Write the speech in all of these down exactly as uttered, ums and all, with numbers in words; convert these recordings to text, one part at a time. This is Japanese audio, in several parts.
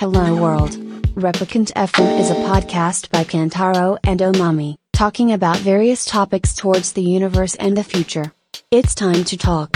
Hello World. Replicant エフエム is a podcast by Kantaro and Omami, talking about various topics towards the universe and the future. It's time to talk.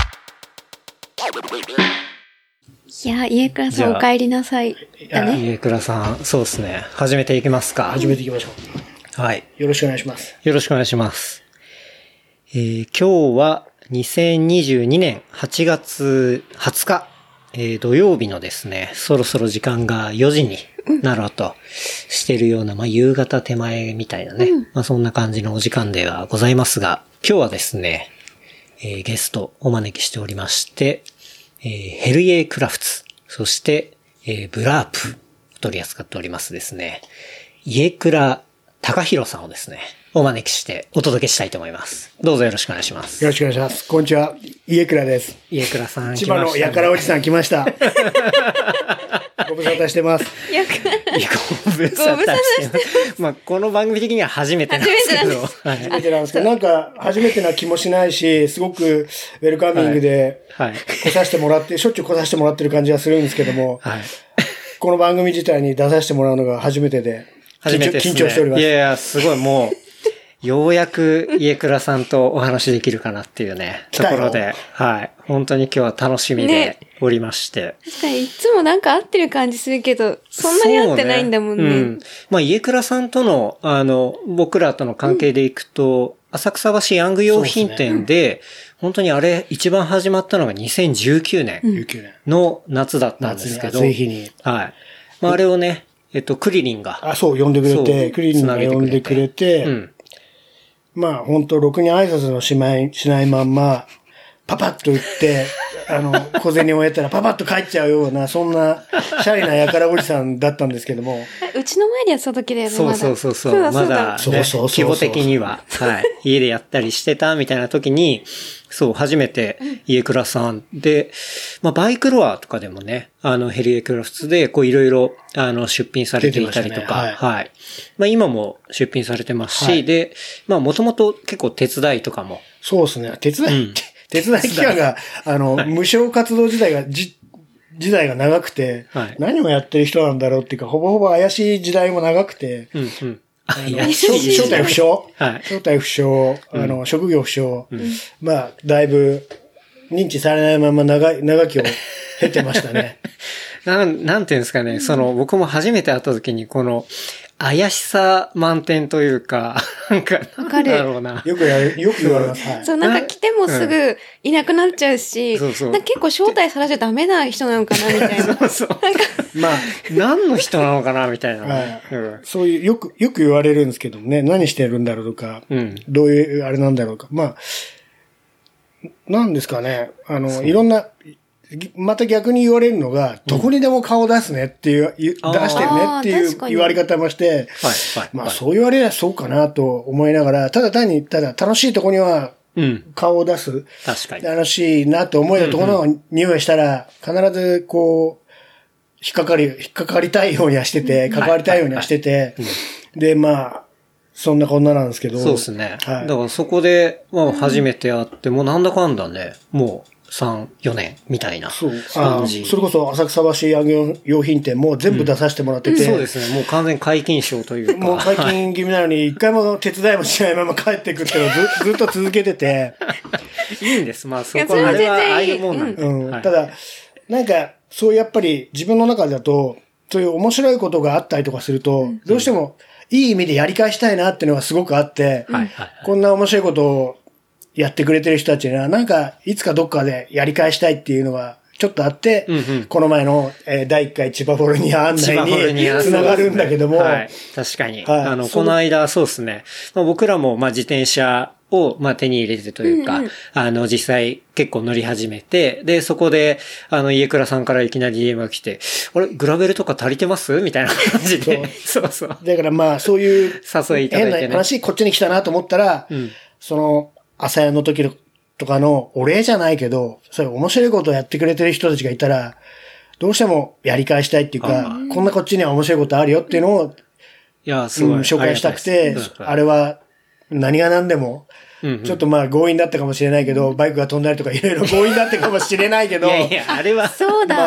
いや、家倉さんお帰りなさい。だね。 家倉さん、そうですね。始めていきますか。 始めていきましょう。はい。 よろしくお願いします。 よろしくお願いします。えー、今日はにせんにじゅうにねんはちがつはつか、えー、土曜日のですね、そろそろ時間がよじになろうとしているような、まあ、夕方手前みたいなね、うん、まあ、そんな感じのお時間ではございますが、今日はですね、えー、ゲストお招きしておりまして、えー、ヘルイエクラフツ、そして、えー、ブラープを取り扱っておりますですね、家倉隆弘さんをですね、お招きしてお届けしたいと思います。どうぞよろしくお願いします。 よろしくお願いします。こんにちは。家倉です。 家倉さん、 千葉のやからおじさん来ました。ご無沙汰してます。 やから。 ご無沙汰してます。まあ、この番組的には初めてなんですけど。 初めてなんですけど、なんか初めてな気もしないし、すごくウェルカミングで来させてもらって、しょっちゅう来させてもらってる感じがするんですけども、はい、この番組自体に出させてもらうのが初めてで、 初めてですね。 緊張しております。 いやいや、すごいもう、ようやく家倉さんとお話できるかなっていうね、ところで、はい。本当に今日は楽しみでおりまして。 ね、確かにいつもなんか会ってる感じするけど、そんなに会ってないんだもんね。 うね、うん。まあ家倉さんとの、あの、僕らとの関係でいくと、うん、浅草橋ヤング用品店で、でね、本当にあれ一番始まったのがにせんじゅうきゅうねんの夏だったんですけど、 夏に暑い日に。 はい。まああれをね、えっと、クリリンが。 あ、そう、呼んでくれて、クリリンが呼んでくれて、うん、まあ、本当ろくに挨拶のしまい、しないまんま、パパッと打って、あの、小銭を得たらパパッと帰っちゃうような、そんな、シャリなやからおじさんだったんですけども。 うちの前でやった時だよね、 そうそうそうそう。まだ、ね、そうそうそう規模的には、はい。家でやったりしてたみたいな時に、そう、初めて家倉さんで、まあ、バイクロアとかでもね、あの、ヘリエクラフツで、こう、いろいろ、あの、出品されていたりとか、ね、はい、はい。まあ、今も出品されてますし、はい、で、まあ、もともと結構手伝いとかも。 そうですね、手伝い、うん、手伝い期間が、あの、はい、無償活動時代が、じ、時代が長くて、はい、何をやってる人なんだろうっていうか、ほぼほぼ怪しい時代も長くて、うんうん、正体不詳、はい、正体不詳、あの、うん、職業不詳、うん、まあ、だいぶ認知されないまま長い、長きを経てましたね。 なん、なんていうんですかね、その、僕も初めて会った時に、この、怪しさ満点というか、なんか、なんだろうな。 よくやる、よく言われます。はい、 そう、なんか来てもすぐいなくなっちゃうし、うん、そうそうなんか結構招待されちゃダメな人なのかな、みたいな。そうそう。なんかまあ、何の人なのかな、みたいな、はいうん。そういう、よく、よく言われるんですけどね、何してるんだろうとか、うん、どういう、あれなんだろうか。まあ、なんですかね、あの、いろんな、また逆に言われるのが、どこにでも顔出すねっていう、うん、出してるねっていう言われ方もして、はいはい、まあそう言われりゃそうかなと思いながら、ただ単に、ただ楽しいとこには顔を出す。うん、 確かに。 楽しいなと思えたところの匂いしたら、必ずこう、引っかかり、引っかかりたいようにはしてて、関わりたいようにはしてて、で、まあ、そんなこんななんですけど。 そうですね。はい、だからそこで、まあ初めて会って、もうなんだかんだね、もう、さん、よねんみたいな感じ。 それこそ浅草橋ヤング用品店も全部出させてもらってて、うん、 そうですね。もう完全解禁賞というか。 もう解禁気味なのに、一回も手伝いもしないまま帰ってくっていうのをずずっと続けてて。 いいんです。まあそこはあれはああいうもんなんで。 うん。はい、ただ、なんか、そうやっぱり自分の中だと、そういう面白いことがあったりとかすると、うん、どうしてもいい意味でやり返したいなっていうのがすごくあって、うん、こんな面白いことをやってくれてる人たちには、なんか、いつかどっかでやり返したいっていうのが、ちょっとあって、うんうん、この前の、えー、だいいっかい千葉フォルニア案内につながるんだけども。ねはい、 確かに。はい、あの、この間、そうですね。まあ、僕らも、まあ、自転車を、まあ、手に入れてというか、うんうん、あの、実際結構乗り始めて、で、そこで、あの、家倉さんからいきなり ディーエム が来て、あれ、グラベルとか足りてますみたいな感じで。そうそう。 だからまあ、そういう、 誘いいただいて、ね。 変な話、こっちに来たなと思ったら、うん、その、朝屋の時とかのお礼じゃないけど、そういう面白いことをやってくれてる人たちがいたら、どうしてもやり返したいっていうか、こんなこっちには面白いことあるよっていうのを、いや、すごい、うん、紹介したくて、あれは何が何でも、うんうん、ちょっとまあ強引だったかもしれないけど、バイクが飛んだりとかいろいろ強引だったかもしれないけど、 いやいや、あれは、 そうだ。まあ、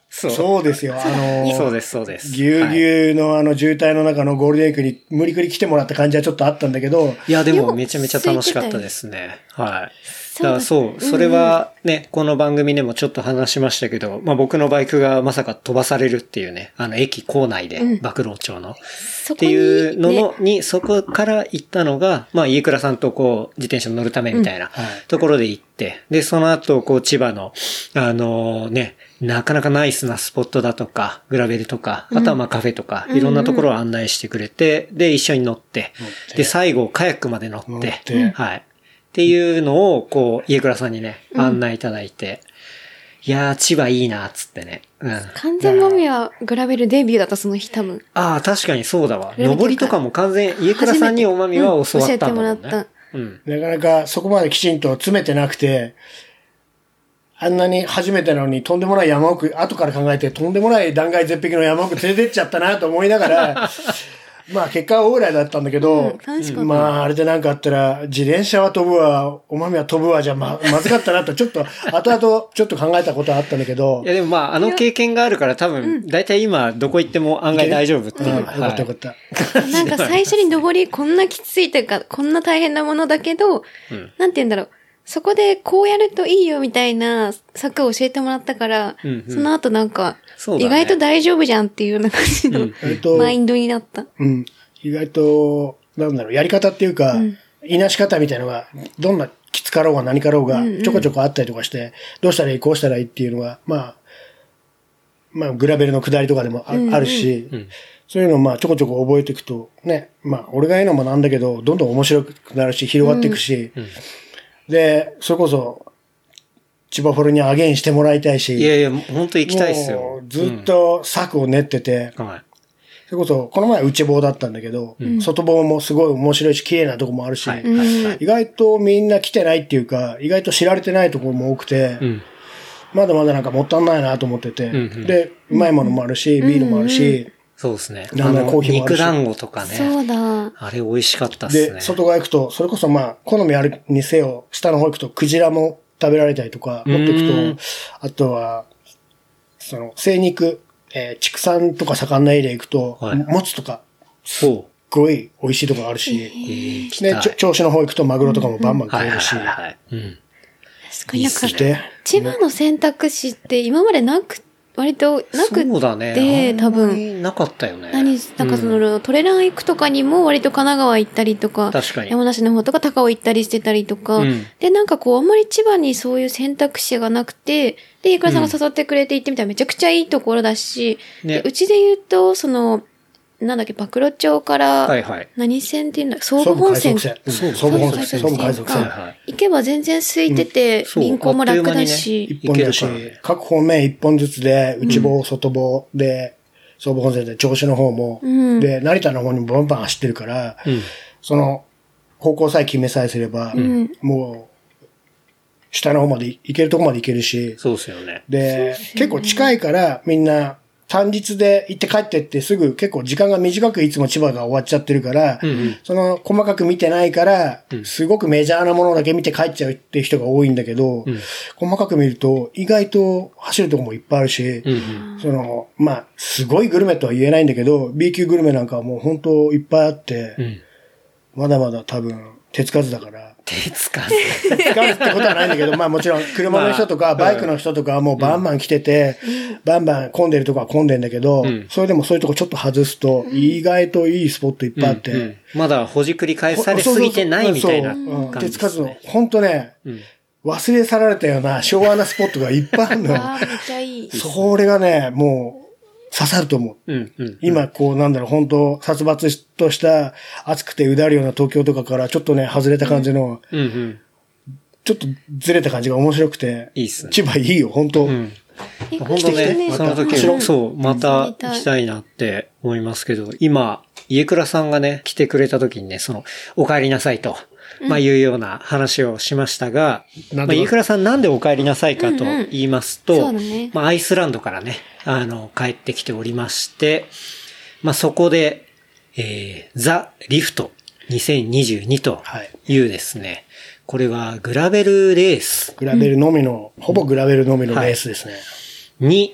そう。 そうですよ。あの、 そうです、そうです。 ぎゅうぎゅうのあの渋滞の中のゴールデンウィークに無理くり来てもらった感じはちょっとあったんだけど。 いや、でもめちゃめちゃ楽しかったですね。はい。だからそう、それはね、この番組でもちょっと話しましたけど、まあ僕のバイクがまさか飛ばされるっていうね、あの駅構内で、馬喰町の。っていうののに、そこから行ったのが、まあ家倉さんとこう自転車乗るためみたいなところで行って、で、その後こう千葉の、あのね、なかなかナイスなスポットだとか、グラベルとか、あとはまあカフェとか、いろんなところを案内してくれて、で、一緒に乗って、で、最後カヤックまで乗って、はい。っていうのを、こう、家倉さんにね、案内いただいて、いやー、千葉いいな、つってね。うん。 完全もみはグラベルデビューだった、その日多分。 ああ、確かにそうだわ。登りとかも完全、家倉さんにおまみは教わったんだもんね。 教えてもらった。 うん。 なかなかそこまできちんと詰めてなくて、あんなに初めてなのにとんでもない山奥、後から考えてとんでもない断崖絶壁の山奥連れてっちゃったなと思いながら、まあ結果はオーライだったんだけど、うん、まああれでなんかあったら自転車は飛ぶわ、おまみは飛ぶわじゃま、まずかったなとちょっと後々ちょっと考えたことはあったんだけど。 いやでもまああの経験があるから多分だいたい今どこ行っても案外大丈夫っていう。うん、よかったよかった。 なんか最初に登りこんなきついというかこんな大変なものだけど、うん、なんて言うんだろう。そこでこうやるといいよみたいな策を教えてもらったから、うんうん、その後なんか、ね、意外と大丈夫じゃんっていうような感じの、うん、マインドになった。 うん。意外と、なんだろう、やり方っていうか、うん、いなし方みたいなのが、どんなきつかろうが何かろうが、ちょこちょこあったりとかして、うんうん、どうしたらいい、こうしたらいいっていうのは、まあ、まあ、グラベルの下りとかでも あ,、うんうん、あるし、うん、そういうのをまあ、ちょこちょこ覚えていくと、ね、まあ、俺が言うのもなんだけど、どんどん面白くなるし、広がっていくし、うんうんで、それこそ、千葉フォルにアゲインしてもらいたいし。 いやいや、本当行きたいっすよ。 ずっと策を練ってて。うん、はい。それこそ、この前内房だったんだけど、うん、外房もすごい面白いし、綺麗なとこもあるし、はいはい、意外とみんな来てないっていうか、意外と知られてないところも多くて、うん、まだまだなんかもったいないなと思ってて、うんうん、で、うまいものもあるし、ビールもあるし、うんうんそうですね。あの、コーヒーもあるし肉団子とかね。 そうだ。 あれ美味しかったっすね。 で、外側行くと、それこそまあ、好みあるにせよ、下の方行くと、クジラも食べられたりとか、持っていくと、あとは、その、生肉、えー、畜産とか盛んなエリア行くと、はい、もつとか、すっごい美味しいところあるし、えー、で、銚子の方行くとマグロとかもバンバン食えるし、確かになんか、千葉の選択肢って今までなくて、割となくて、そうだね、多分。 なかったよね。 何、なんかその、うん、トレラン行くとかにも割と神奈川行ったりとか、 確かに山梨の方とか高尾行ったりしてたりとか、うん、で、なんかこう、あんまり千葉にそういう選択肢がなくて、で、イクラさんが誘ってくれて行ってみたらめちゃくちゃいいところだし、うんね、うちで言うと、その、なんだっけ、馬喰町から、何線っていうんだっけ、総武本線。総武本線。総武海賊線。 行けば全然空いてて、輪行も楽だし。 一本だし、各方面一本ずつで、内房、外房で、総武本線で銚子の方も、で、成田の方にもバンバン走ってるから、その、方向さえ決めさえすれば、もう、下の方まで行けるとこまで行けるし。 そうですよね。 で、結構近いからみんな、単日で行って帰ってってすぐ結構時間が短くいつも千葉が終わっちゃってるから、うんうん、その細かく見てないから、すごくメジャーなものだけ見て帰っちゃうっていう人が多いんだけど、うん、細かく見ると意外と走るとこもいっぱいあるし、うんうん、その、まあ、すごいグルメとは言えないんだけど、B 級グルメなんかはもう本当いっぱいあって、うん、まだまだ多分手つかずだから、 手つかず手つかずってことはないんだけど、まあもちろん車の人とかバイクの人とかはもうバンバン来てて、うん、バンバン混んでるとこは混んでんだけど、うん、それでもそういうとこちょっと外すと、意外といいスポットいっぱいあって、うんうん、 まだほじくり返されすぎてないみたいな感じですね。 手つかずの、ほんとね、うん、忘れ去られたような昭和なスポットがいっぱいあるのよ。 あめっちゃいい。 それがね、もう、刺さると思う。うんうんうん、今、こう、なんだろう、本当殺伐とした、暑くてうだるような東京とかから、ちょっとね、外れた感じの、うんうんうん、ちょっとずれた感じが面白くて、 いいっすね。 千葉いいよ、本当、うん、 本当ね、その時も、そう、また行きたいなって思いますけど、今、家倉さんがね、来てくれた時にね、その、お帰りなさいと。まあいうような話をしましたが、うん、まあ家倉さんなんでお帰りなさいかと言いますと、うんうんね、まあアイスランドからね、あの、帰ってきておりまして、まあそこで、えー、ザ・リフトにせんにじゅうにというですね、はい、これはグラベルレース。 グラベルのみの、うん、ほぼグラベルのみのレースですね。 に、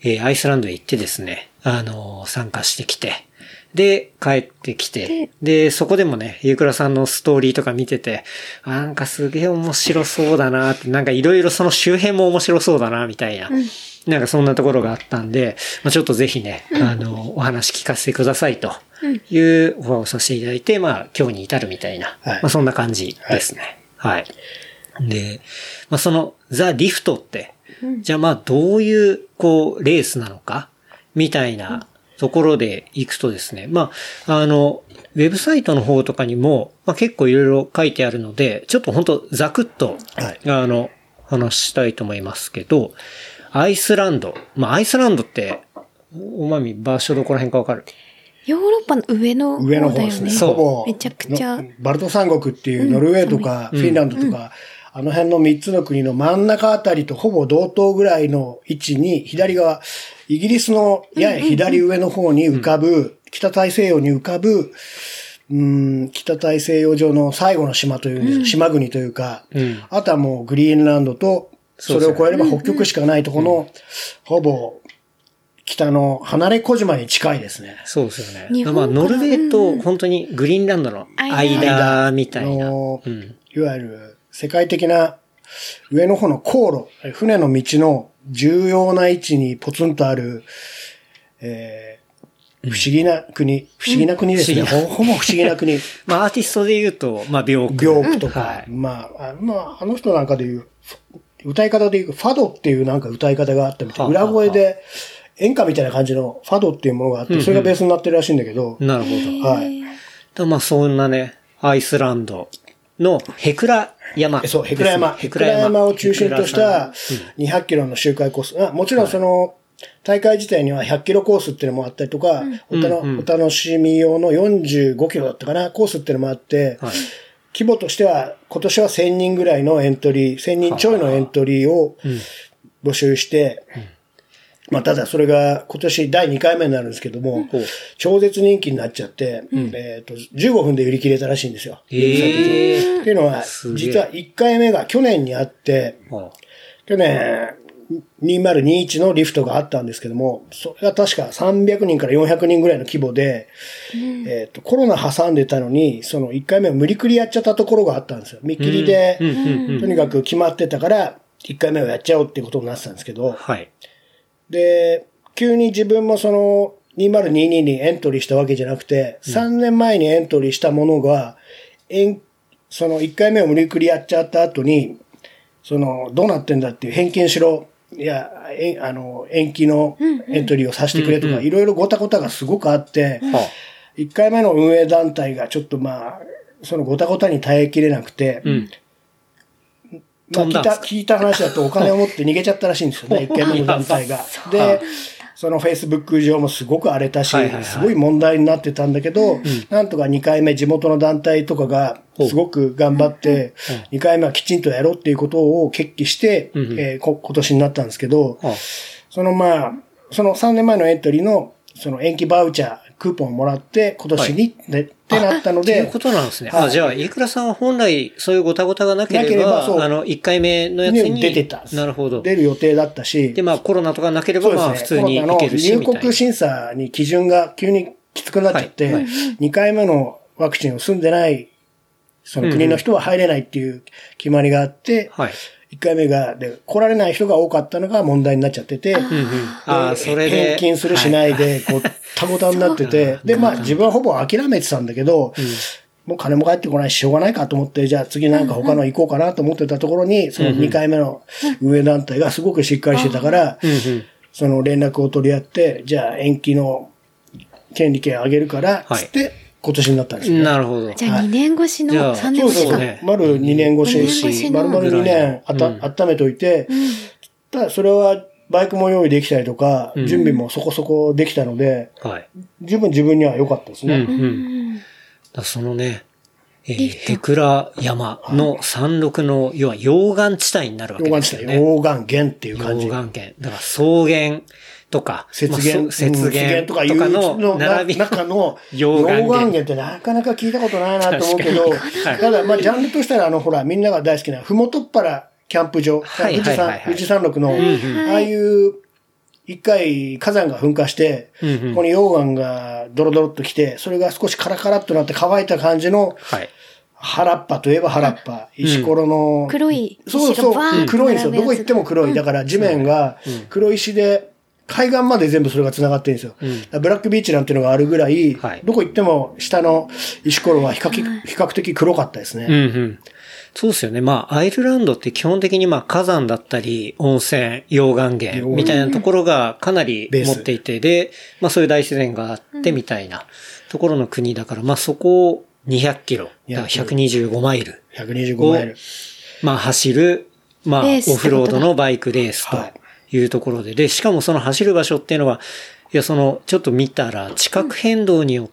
えー、アイスランドへ行ってですね、あのー、参加してきて、で、帰ってきて、で、そこでもね、ゆうくらさんのストーリーとか見てて、あ、なんかすげえ面白そうだなって、なんかいろいろその周辺も面白そうだな、みたいな、うん、なんかそんなところがあったんで、まあ、ちょっとぜひね、うん、あの、お話聞かせてくださいというオファーをさせていただいて、まあ、今日に至るみたいな、はい、まあ、そんな感じですね。はい。はい、で、まあ、その、ザ・リフトって、うん、じゃあまあ、どういう、こう、レースなのか、みたいな、ところで行くとですね、まあ、あの、ウェブサイトの方とかにも、まあ、結構いろいろ書いてあるので、ちょっと本当ざくっと、はい、あの、話したいと思いますけど、アイスランド。まあ、アイスランドって、おまみ、場所どこら辺かわかる？ ヨーロッパの上の方だよね。上の方ですね。 そう。 めちゃくちゃ。 バルト三国っていうノルウェーとか、フィンランドとか、うんうん、あの辺の三つの国の真ん中あたりとほぼ同等ぐらいの位置に、左側、イギリスのやや左上の方に浮かぶ、うんうんうん、北大西洋に浮かぶ、うーん、北大西洋上の最後の島という、うん、島国というか、うん、あとはもうグリーンランドと、それを超えれば北極しかないところの、うんうん、ほぼ北の離れ小島に近いですね。 そうですよね。まあ、ノルウェーと本当にグリーンランドの間みたいな。 うん、いわゆる世界的な上の方の航路、船の道の重要な位置にポツンとある、えー、不思議な国、うん、不思議な国ですね。うん、ほ, ほぼ不思議な国。 まあアーティストで言うと、まあ病句。 病句とか、はい、まあ、あまあ、あの人なんかで言う、歌い方で言う、ファドっていうなんか歌い方があったみたい。裏声で演歌みたいな感じのファドっていうものがあって、それがベースになってるらしいんだけど。 うんうん、なるほど。はい。だまあそんなね、アイスランドのヘクラ山。 そう、ヘクラ山。ヘクラ山を中心としたにひゃくキロの周回コース。あもちろんその、大会自体にはひゃくキロコースっていうのもあったりとか、うん、お, たのお楽しみ用のよんじゅうごキロだったかな、コースっていうのもあって、はい、規模としては今年はせんにんぐらいのエントリー、せんにんちょいのエントリーを募集して、うんうん、まあただそれが今年だいにかいめになるんですけども、うん、超絶人気になっちゃって、うん、えっと、じゅうごふんで売り切れたらしいんですよ。 えー、 っていうのは、実はいっかいめが去年にあって、去年、にせんにじゅういちのリフトがあったんですけども、それが確かさんびゃくにんからよんひゃくにんぐらいの規模で、うん、えっと、コロナ挟んでたのに、そのいっかいめを無理くりやっちゃったところがあったんですよ。見切りで、うん、とにかく決まってたから、いっかいめをやっちゃおうっていうことになってたんですけど、 はい。 で、急に自分もそのにせんにじゅうににエントリーしたわけじゃなくて、うん、さんねんまえにエントリーしたものが、そのいっかいめを無理くりやっちゃった後に、その、どうなってんだっていう返金しろ、いや、え、あの、延期のエントリーをさせてくれとか、いろいろごたごたがすごくあって、うんうん、いっかいめの運営団体がちょっとまあ、そのごたごたに耐えきれなくて、うん、まあ、聞いた、聞いた話だとお金を持って逃げちゃったらしいんですよね、いっかいめの団体が。で、その Facebook 上もすごに荒れたし、はいはいはい、すごい問題になってたんだけど、うん、なんとかにかいめ地元の団体とかがすごく頑張って、にかいめはきちんとやろうっていうことを決起して、うんえー、こ今年になったんですけど、うん、そのまあ、そのさんねんまえのエントリーのその延期バウチャー、クーポンをもらって今年に、はい、ってなったので。 ということなんですね。はい、あ、じゃあ、飯倉さんは本来そういうごたごたがなければ、なければそうあの、いっかいめのやつに出てた。 なるほど。 出る予定だったし。 で、まあコロナとかなければ、まあ普通に行けるしみたいな。 入国審査に基準が急にきつくなっちゃって、はいはい、にかいめのワクチンを済んでない、その国の人は入れないっていう決まりがあって、うん、はい。いっかいめが、で、来られない人が多かったのが問題になっちゃってて、うんうん、あそれで返金するしないで、ごったごたになってて、で、まあ自分はほぼ諦めてたんだけど、うん、もう金も返ってこないししょうがないかと思って、じゃあ次なんか他の行こうかなと思ってたところに、そのにかいめの運営団体がすごくしっかりしてたから、うんうん、その連絡を取り合って、じゃあ延期の権利権あげるから、つって、はい今年になったんですね。 なるほど。 じゃあにねん越しのさんねん越しか。 そうそう。丸にねん越し、丸々にねんあた、うん、温めといて、うん、ただそれはバイクも用意できたりとか、うん、準備もそこそこできたので、はい、十分自分には良かったですね。うんうん、 だそのね、えー、ヘクラ山の山麓の、要は溶岩地帯になるわけですよね。 溶岩地帯、溶岩原っていう感じ。 溶岩原。だから草原、とか、 雪原、 まあ、雪原とかの並びの中の溶岩原ってなかなか聞いたことないなと思うけど、ただまあジャンルとしたらあのほらみんなが大好きなふもとっぱらキャンプ場、はい、富士山、はいはいはい、富士山麓の、うんうん、ああいう一回火山が噴火して、うんうん、ここに溶岩がドロドロっと来て、それが少しカラカラっとなって乾いた感じの、はい、原っぱといえば原っぱ、石ころの、 うん、黒い石がそうそう、黒いんですよ。どこ行っても黒い。だから地面が黒石で、海岸まで全部それが繋がってるんですよ。うん、ブラックビーチなんていうのがあるぐらい、はい、どこ行っても下の石ころは比較、比較的黒かったですね。 うんうん、そうですよね。まあ、アイルランドって基本的にまあ火山だったり、温泉、溶岩源みたいなところがかなり持っていて、で、まあそういう大自然があってみたいなところの国だから、まあそこをにひゃくキロ、だからひゃくにじゅうごマイル。 ひゃくにじゅうごマイル。 まあ走る、まあオフロードのバイクレースというところで、で、しかもその走る場所っていうのは、いや、その、ちょっと見たら、地殻変動によって、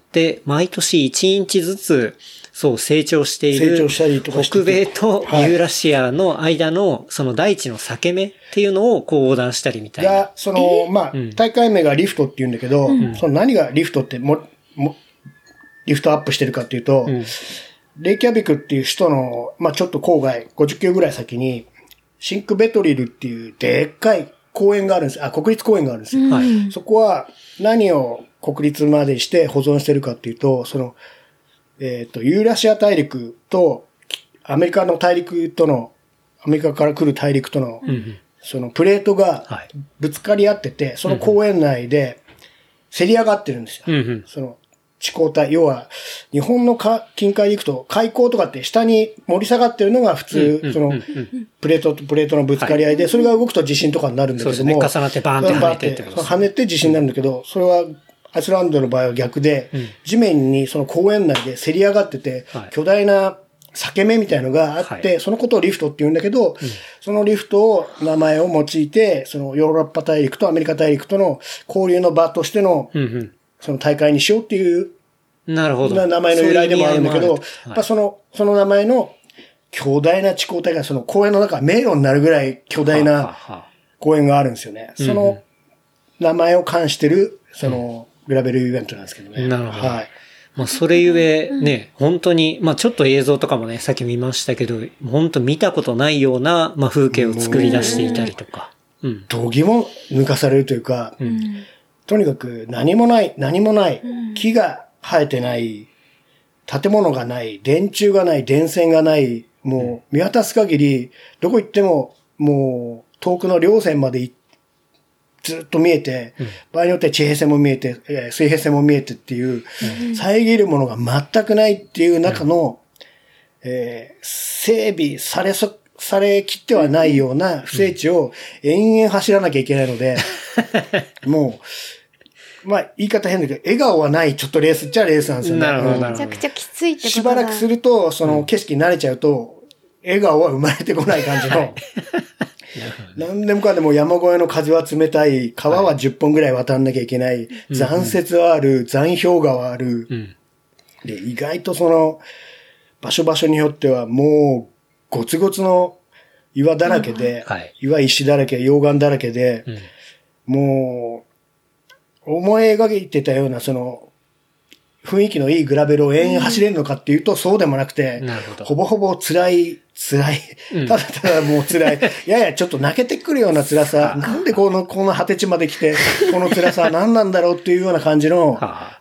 毎年いちインチずつ、そう、成長している、 成長したりとか北米とユーラシアの間の、その大地の裂け目っていうのをこう横断したりみたいな。 が、その、まあ、大会名がリフトって言うんだけど、うん、その何がリフトっても、も、リフトアップしてるかっていうと、うん、レイキャビクっていう首都の、まあちょっと郊外、ごじゅっキロぐらい先に、シンクベトリルっていうでっかい公園があるんです。あ、国立公園があるんですよ。はい、そこは何を国立までして保存してるかっていうと、その、えっと、ユーラシア大陸とアメリカの大陸との、アメリカから来る大陸との、うん、そのプレートがぶつかり合ってて、その公園内でせり上がってるんですよ。うんうん、その地高帯、要は、日本の近海で行くと、海溝とかって下に盛り下がってるのが普通、その、プレートとプレートのぶつかり合いで、それが動くと地震とかになるんだけども、 そうですね、重なってバーンって跳ねてってことです。 跳ねて地震になるんだけど、それは、アイスランドの場合は逆で、地面にその公園内でせり上がってて、巨大な裂け目みたいのがあって、そのことをリフトって言うんだけど、そのリフトを、名前を用いて、そのヨーロッパ大陸とアメリカ大陸との交流の場としての、その大会にしようっていう、 なるほど。 名前の由来でもあるんだけど、やっぱその、その名前の巨大な地高帯がその公園の中、迷路になるぐらい巨大な公園があるんですよね。その名前を冠してる、その、グラベルイベントなんですけどね。 なるほど。はい。まあ、それゆえ、ね、本当に、まあ、ちょっと映像とかもね、さっき見ましたけど、本当見たことないような、まあ、風景を作り出していたりとか。 うん。度肝抜かされるというか、うん、とにかく何もない、何もない、木が生えてない、建物がない、電柱がない、電線がない、もう見渡す限り、どこ行っても、もう遠くの稜線まで行って、ずっと見えて、うん、場合によっては地平線も見えて、水平線も見えてっていう、うん、遮るものが全くないっていう中の、うんえー、整備されそ、されきってはないような不整地を延々走らなきゃいけないので、うん、もう、まあ言い方変だけど、笑顔はないちょっとレースっちゃレースなんですよね。 なるほど。 めちゃくちゃきついってことだ。 しばらくすると、その景色に慣れちゃうと、笑顔は生まれてこない感じの、何でもかんでも山越えの風は冷たい、川はじゅっぽんぐらい渡んなきゃいけない、残雪はある、残氷河はある、うん、で、意外とその、場所場所によってはもう、ゴツゴツの岩だらけで、うんはい、岩石だらけ、溶岩だらけで、うん、もう、思い描いてたようなその、雰囲気のいいグラベルを延々走れるのかっていうと、そうでもなくて、ほほぼほぼ辛い、辛い、ただただもう辛い、ややちょっと泣けてくるような辛さ、なんでこの、この果て地まで来て、この辛さは何なんだろうっていうような感じの、はい、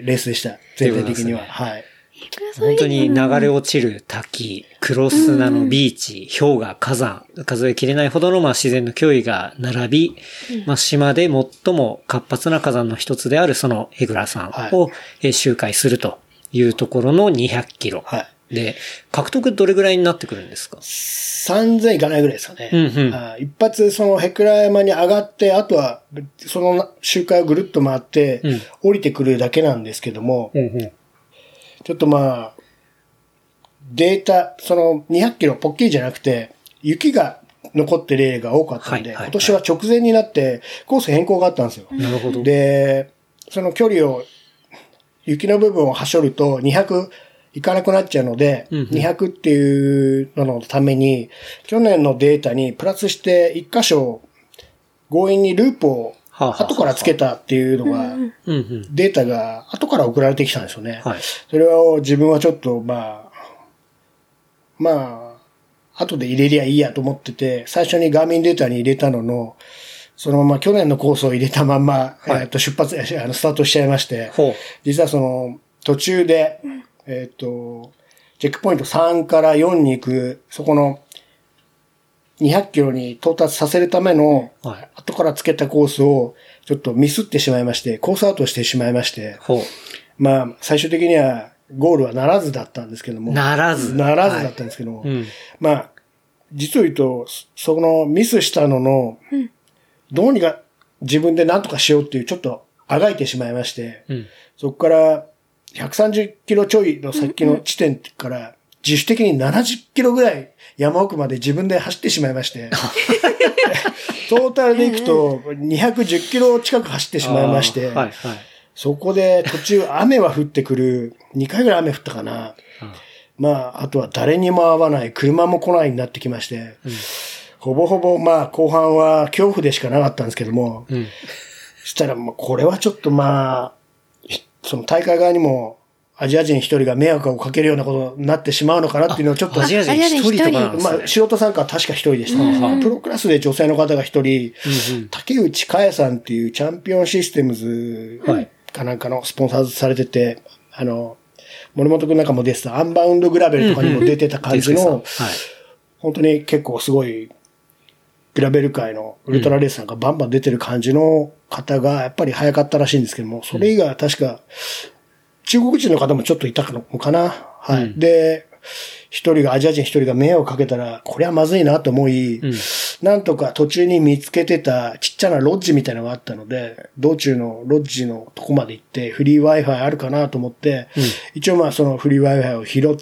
レースでした。全体的には。はい。 本当に流れ落ちる滝、黒砂のビーチ、氷河、火山、数えきれないほどのまあ自然の脅威が並び、まあ島で最も活発な火山の一つであるそのエグラ山を周回するというところのにひゃくキロ。はい、で、獲得どれぐらいになってくるんですか？ さんぜんいかないぐらいですかね。 うんうん、 一発そのヘクラ山に上がって、あとはその周回をぐるっと回って、降りてくるだけなんですけども、うんうんちょっとまあ、データ、そのにひゃくキロポッキリじゃなくて、雪が残ってる例が多かったんで、はいはいはい、今年は直前になってコース変更があったんですよ。 なるほど。 で、その距離を、雪の部分をはしょるとにひゃくいかなくなっちゃうので、うんうん、にひゃくっていうののために、去年のデータにプラスしていっ箇所強引にループを後からつけたっていうのが、データが後から送られてきたんですよね。はい、それを自分はちょっと、まあ、まあ、後で入れりゃいいやと思ってて、最初にガーミンデータに入れたのの、 そのまま去年のコースを入れたまんま、はい、えっと、出発、あの、スタートしちゃいまして、実はその、途中で、えっと、チェックポイントさんからよんに行く、そこの、にひゃくキロに到達させるための、はい、後からつけたコースを、ちょっとミスってしまいまして、コースアウトしてしまいまして、まあ、最終的には、ゴールはならずだったんですけども。 ならずならずだったんですけども。 はいうん、 まあ、実を言うと、そのミスしたのの、うん、どうにか自分で何とかしようっていうちょっとあがいてしまいまして、うん、そこからひゃくさんじゅっキロちょいの先の地点から自主的にななじゅっキロぐらい山奥まで自分で走ってしまいまして、トータルで行くとにひゃくじゅっキロ近く走ってしまいまして、はいはい、そこで途中雨は降ってくる、にかいぐらい雨降ったかな。まあ、あとは誰にも会わない、車も来ないになってきまして、うん、ほぼほぼまあ後半は恐怖でしかなかったんですけども、うん、そしたらもうこれはちょっとまあ、その大会側にもアジア人一人が迷惑をかけるようなことになってしまうのかなっていうのをちょっと。 アジア人一人とかなんですね。 まあ素人参加は確か一人でした、うん。プロクラスで女性の方が一人、うんうん、竹内香也さんっていうチャンピオンシステムズかなんかのスポンサーされてて、あの、森本くんなんかも出てたアンバウンドグラベルとかにも出てた感じの、うんうんはい、本当に結構すごいグラベル界のウルトラレースなんかバンバン出てる感じの方がやっぱり早かったらしいんですけども、それ以外は確か中国人の方もちょっといたのかな。はい。うん、で、一人が、アジア人一人が迷惑をかけたら、これはまずいなと思い、うん、なんとか途中に見つけてたちっちゃなロッジみたいなのがあったので、道中のロッジのとこまで行って、フリー Wi-Fi あるかなと思って、うん、一応まあそのフリー Wi-Fi を拾って、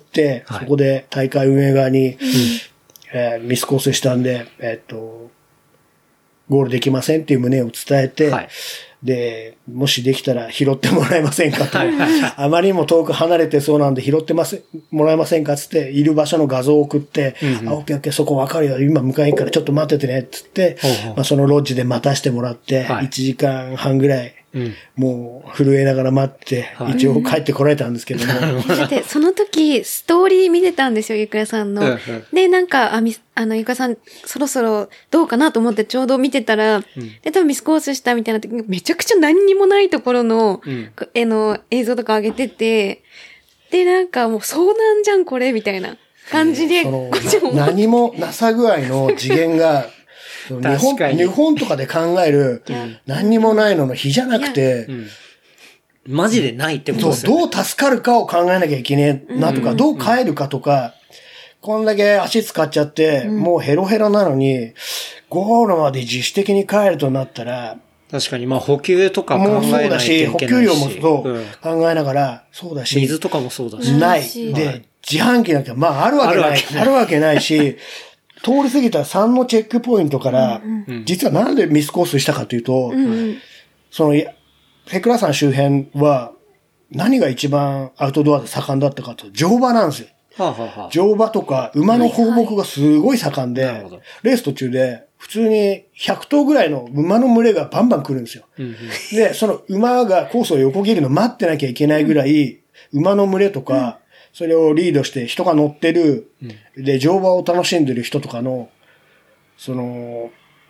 はい、そこで大会運営側に、うんえー、ミスコースしたんで、えー、っと、ゴールできませんっていう旨を伝えて、はいで、もしできたら拾ってもらえませんかと。あまりにも遠く離れてそうなんで拾ってますもらえませんかつって、いる場所の画像を送って、うんうん、あ、オッケーオッケー、そこわかるよ。今迎えに行くからちょっと待っててね。つって、ほうほうまあ、そのロッジで待たせてもらって、はい、いちじかんはんぐらい、うん、もう震えながら待って、はい、一応帰ってこられたんですけども。 だって、その時、ストーリー見てたんですよ、ゆくやさんの。うんうん、で、なんか、あ、み、あの、ゆかさん、そろそろどうかなと思ってちょうど見てたら、うん、で、多分ミスコースしたみたいな時、めちゃくちゃ何にもないところの、うん、絵の映像とか上げてて、で、なんかもう遭難じゃん、これ、みたいな感じで、こっちも。 何もなさ具合の次元が、日本、日本とかで考える、何にもないのの比じゃなくて、うん、 マジでないってことですよね。 どう助かるかを考えなきゃいけねえなとか、うん、どう帰るかとか、こんだけ足使っちゃって、うん、もうヘロヘロなのに、ゴールまで自主的に帰るとなったら、 確かに、まあ補給とか考えないといけないし。 もうそうだし、補給量もそう考えながら、そうだし。 水とかもそうだし。 ない。で、自販機なんて、まああるわけない。あるわけないし、通り過ぎたさんのチェックポイントから、うんうん、実はなんでミスコースしたかというと、うんうん、その、ペクラ山周辺は、何が一番アウトドアで盛んだったかというと、乗馬なんですよ。はあはあ、乗馬とか馬の放牧がすごい盛んで、はいはい、レース途中で普通にひゃくとうぐらいの馬の群れがバンバン来るんですよ。うんうん、で、その馬がコースを横切るの待ってなきゃいけないぐらい、うん、馬の群れとか、うん、それをリードして人が乗ってる、うん、で、乗馬を楽しんでる人とかの、その、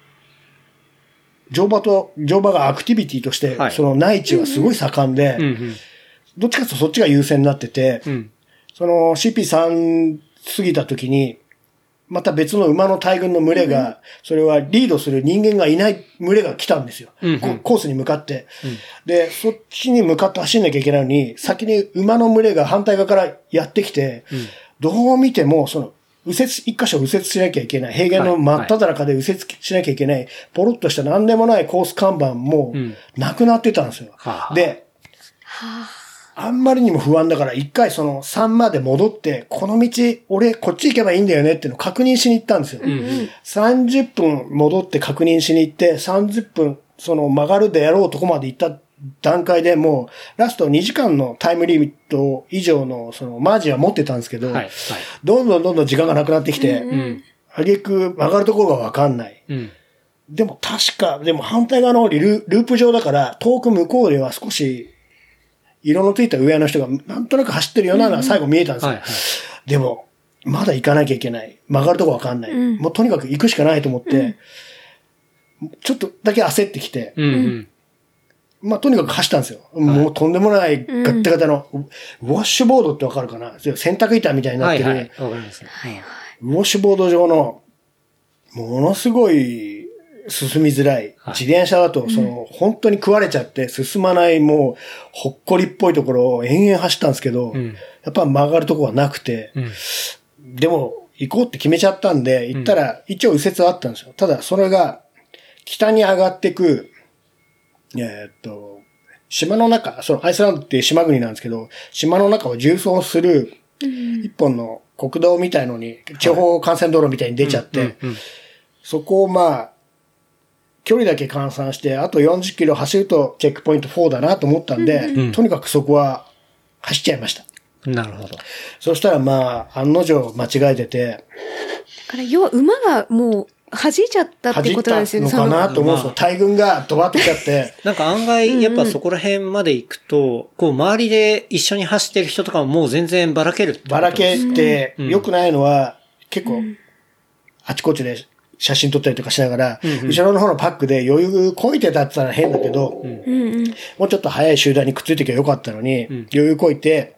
乗馬と、乗馬がアクティビティとして、はい、その内地はすごい盛んで、うんうん、どっちかというとそっちが優先になってて、うんその シーピーさん 過ぎた時に、また別の馬の大群の群れが、それはリードする人間がいない群れが来たんですよ。うんうん、コースに向かって、うん。で、そっちに向かって走んなきゃいけないのに、先に馬の群れが反対側からやってきて、うん、どう見ても、その、右折、一箇所右折しなきゃいけない。平原の真っ只中で右折しなきゃいけない。はいはい、ポロッとした何でもないコース看板も、なくなってたんですよ。うん、で、はああんまりにも不安だから、一回そのさんまで戻って、この道、俺こっち行けばいいんだよねっていうのを確認しに行ったんですよ。うんうん、さんじゅっぷん戻って確認しに行って、さんじゅっぷんその曲がるでやろうとこまで行った段階でもう、ラストにじかんのタイムリミット以上のそのマージンは持ってたんですけど、はいはい、どんどんどんどん時間がなくなってきて、うんうん、挙句曲がるところがわかんない。うんでも確か、でも反対側の方にループ上だから、遠く向こうでは少し、色のついた上の人がなんとなく走ってるようなのが最後見えたんですよ。うんはいはい、でも、まだ行かなきゃいけない。曲がるとこわかんない、うん。もうとにかく行くしかないと思って、 ちょっとだけ焦ってきて、 うんうん、 まあ、とにかく走ったんですよ。もうとんでもないガッタガタの、うん、ウォッシュボードってわかるかな？洗濯板みたいになってる。はいはい、わかりますね。ウォッシュボード上の、ものすごい進みづらい。自転車だと、その、本当に食われちゃって進まない、もう、ほっこりっぽいところを延々走ったんですけど、うん、やっぱ曲がるとこはなくて、うん、でも、行こうって決めちゃったんで、行ったら、一応右折はあったんですよ。ただ、それが、北に上がってく、えー、っと、島の中、そのアイスランドっていう島国なんですけど、島の中を縦走する一本の国道みたいのに、地方幹線道路みたいに出ちゃって、そこをまあ、距離だけ換算して、あとよんじゅっキロ走るとチェックポイントフォーだなと思ったんで、うん、とにかくそこは走っちゃいました。 なるほど。 そしたらまあ、案の定間違えてて。だから要は馬がもう、弾いちゃったってことなんですよね。 弾いたのかなと思うんですよ。大群がドバッと来ちゃって。 なんか案外、やっぱそこら辺まで行くと、こう周りで一緒に走ってる人とかももう全然ばらけるってこと。 ばらけて、良くないのは、結構、あちこちで写真撮ったりとかしながら、後ろの方のパックで余裕こいてたって言ったら変だけど、もうちょっと早い集団にくっついてきゃよかったのに、余裕こいて、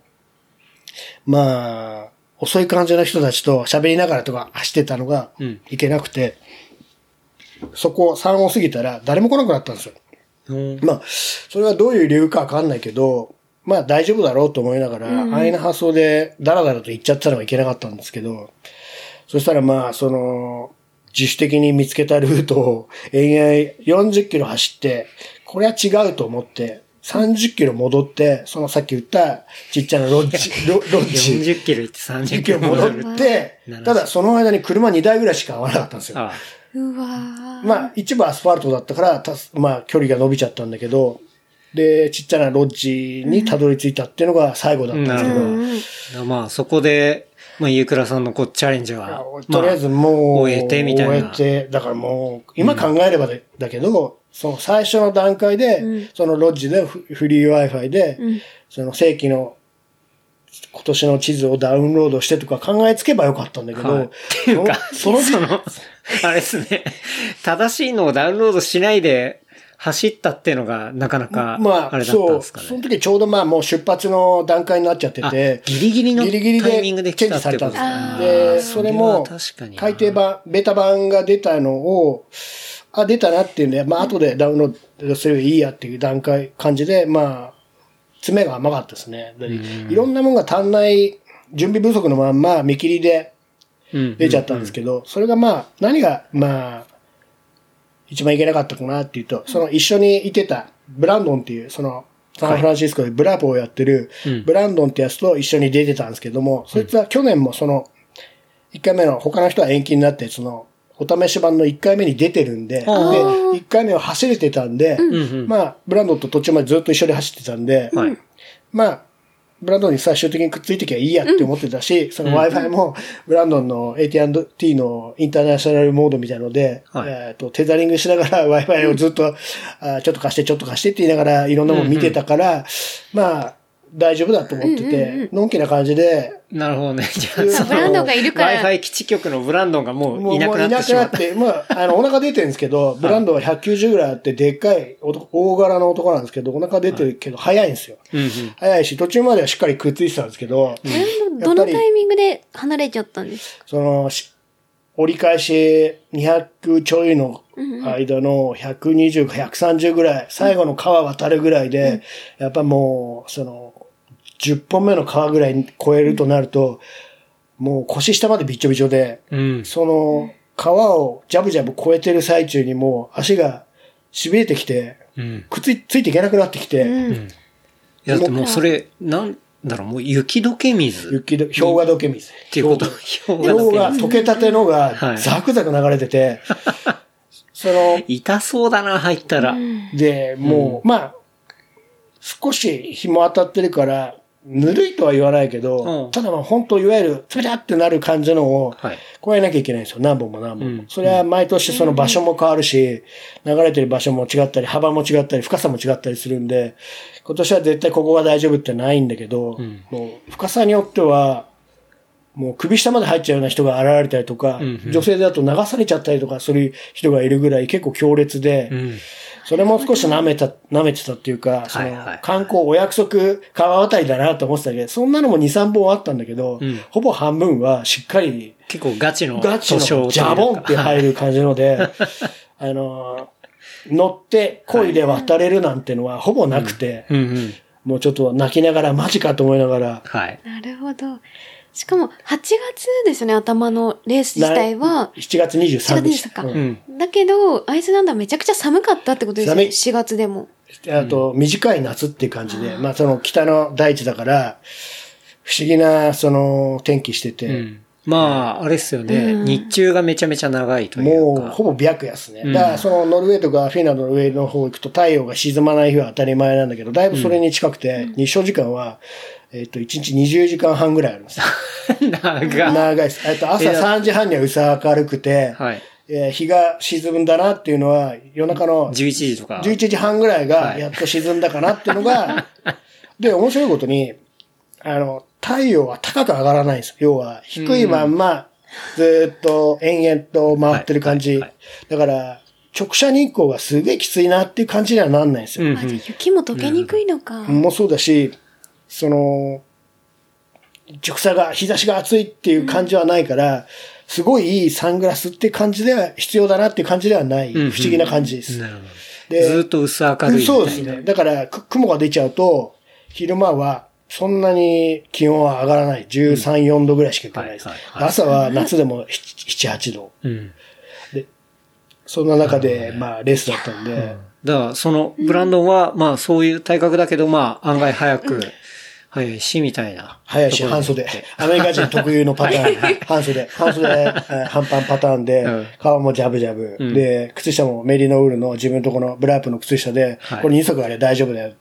まあ、遅い感じの人たちと喋りながらとか走ってたのがいけなくて、うん、そこさんを過ぎたら誰も来なくなったんですよ。うん、まあ、それはどういう理由かわかんないけど、まあ大丈夫だろうと思いながら、うん、安易な発想でダラダラと行っちゃったのはいけなかったんですけど、そしたらまあ、その、自主的に見つけたルートを延々よんじゅっキロ走って、これは違うと思って、さんじゅっキロ戻って、そのさっき言ったちっちゃなロッジ、ロッジ。 よんじゅっキロ行ってさんじゅっキロ戻って、ただその間に車にだいぐらいしか合わなかったんですよ。ああうわまあ一部アスファルトだったから、たまあ距離が伸びちゃったんだけど、で、ちっちゃなロッジにたどり着いたっていうのが最後だったんですけど。 うん、まあそこで、まあ、ゆうくらさんのこうチャレンジは、 とりあえずもう、 終えてみたいな。 終えて、だからもう、今考えればで、うん、だけど、その最初の段階で、うん、そのロッジでフリー Wi-Fi で、うん、その正規の今年の地図をダウンロードしてとか考えつけばよかったんだけど、はい、 っていうか、その、その、あれですね、正しいのをダウンロードしないで、走ったっていうのがなかなかあれだったんですかね。 まあ、そう。その時ちょうどまあもう出発の段階になっちゃってて、 ギリギリのタイミングでチェンジされたんですよ。で、それも改訂版、ベータ版が出たのを、あ、出たなっていうんで、まあ後でダウンロードすればいいやっていう段階、感じで、まあ、詰めが甘かったですね。いろんなものが足んない準備不足のまんま見切りで出ちゃったんですけど、それがまあ、何が、まあ、一番いけなかったかなっていうと、その一緒にいてたブランドンっていう、そのサンフランシスコでブラポをやってるブランドンってやつと一緒に出てたんですけども、そいつは去年もその一回目の他の人は延期になって、そのお試し版の一回目に出てるんで、で、一回目は走れてたんで、まあ、ブランドンと途中までずっと一緒に走ってたんで、まあ、ブランドンに最終的にくっついてきゃいいやって思ってたし、うん、その Wi-Fi もブランドンの エーティーアンドティー のインターナショナルモードみたいので、はい、えっと、テザリングしながら Wi-Fi をずっと、うん、あちょっと貸して、ちょっと貸してって言いながらいろんなもの見てたから、うんうん、まあ、大丈夫だと思ってて、うんうんうん、のんきな感じで。 なるほどね。じゃあ、そのブランドンがいるから。 Wi-Fi 基地局のブランドンがもういなくなってしまった。 もういなくなって、まあ、あの、お腹出てるんですけど、ブランドンはひゃくきゅうじゅうぐらいあって、でっかい男、大柄の男なんですけど、お腹出てるけど、早いんですよ。うんうん、早いし、途中まではしっかりくっついてたんですけど。 うん、どのタイミングで離れちゃったんですか？ その、折り返しにひゃくちょいの間のひゃくにじゅうかひゃくさんじゅうぐらい、最後の川渡るぐらいで、やっぱもう、その、じゅっぽんめの川ぐらいに越えるとなると、もう腰下までびっちょびちょで、うん、その川をジャブジャブ越えてる最中にもう足が痺れてきて、うん、くっつい、ついていけなくなってきて。うん、 いや、だってもうそれ、なんだろう、もう雪解け水。 雪ど、氷河解け水。 っていうこと。 氷河が溶けたてのがザクザク流れてて、はい、その、 痛そうだな、入ったら。 で、もう、うん、まあ、少し日も当たってるから、ぬるいとは言わないけど、うん、ただまあ本当いわゆるつめたってなる感じのを、加えなきゃいけないんですよ。何本も何本も。うん、それは毎年その場所も変わるし、流れてる場所も違ったり、幅も違ったり、深さも違ったりするんで、今年は絶対ここが大丈夫ってないんだけど、うん、もう深さによっては、 もう首下まで入っちゃうような人が現れたりとか、うんうん、女性だと流されちゃったりとかする人がいるぐらい結構強烈で、うん、それも少し舐めた、舐めてたっていうか、その観光お約束川渡りだなと思ってたけど、そんなのもに、さんぼんあったんだけど、うん、ほぼ半分はしっかり、 結構ガチの、 ガチのジャボンって入る感じので、あの、乗って恋で渡れるなんてのはほぼなくて、はいうんうんうん、もうちょっと泣きながらマジかと思いながら。 はい。なるほど。しかも、はちがつですね、頭のレース自体は。 しちがつにじゅうさんにち。 か、うん。だけど、アイスランドはめちゃくちゃ寒かったってことですよね。しがつでも。 あと、短い夏っていう感じで、うん、まあその北の大地だから、不思議な、その、天気してて。うん、 まあ、あれっすよね、うん。日中がめちゃめちゃ長いというか。もう、ほぼ白夜ですね。うん、だから、その、ノルウェーとかフィンランドの上の方行くと太陽が沈まない日は当たり前なんだけど、だいぶそれに近くて、うん、日照時間は、えっと、いちにちにじゅうじかんはんぐらいあります。 長い。 長いです。えっと、朝さんじはんには薄明るくて、はい。えー、日が沈むんだなっていうのは、夜中のじゅういちじとか。 じゅういちじはんぐらいが、やっと沈んだかなっていうのが、はい、で、面白いことに、あの、太陽は高く上がらないんです。要は、低いまんま、ずっと延々と回ってる感じ。はいはいはい、だから、直射日光がすげえきついなっていう感じにはなんないんですよ。 うんうん、あ、じゃあ雪も溶けにくいのか。 うん、もうそうだし、その、直射が、日差しが暑いっていう感じはないから、うん、すごいいいサングラスって感じでは必要だなっていう感じではない、うんうん、不思議な感じです。なるほど。 で、ずっと薄明るいみたいな。 そうですね。だから、雲が出ちゃうと、昼間はそんなに気温は上がらない。じゅうさん、よんどぐらいしかいかないです。はいはいはい、朝は夏でもなな、はちど。うん、で、そんな中で、まあ、レースだったんで。うん、 だから、その、ブランドンは、まあ、そういう体格だけど、まあ、案外早く、早いし、みたいな。 早いし、半袖。アメリカ人特有のパターン。半袖。半袖、半パンパターンで、革もジャブジャブ。うん、で、靴下もメリノウールの自分のとこのブラープの靴下で、はい、これにさくあれ大丈夫だよって、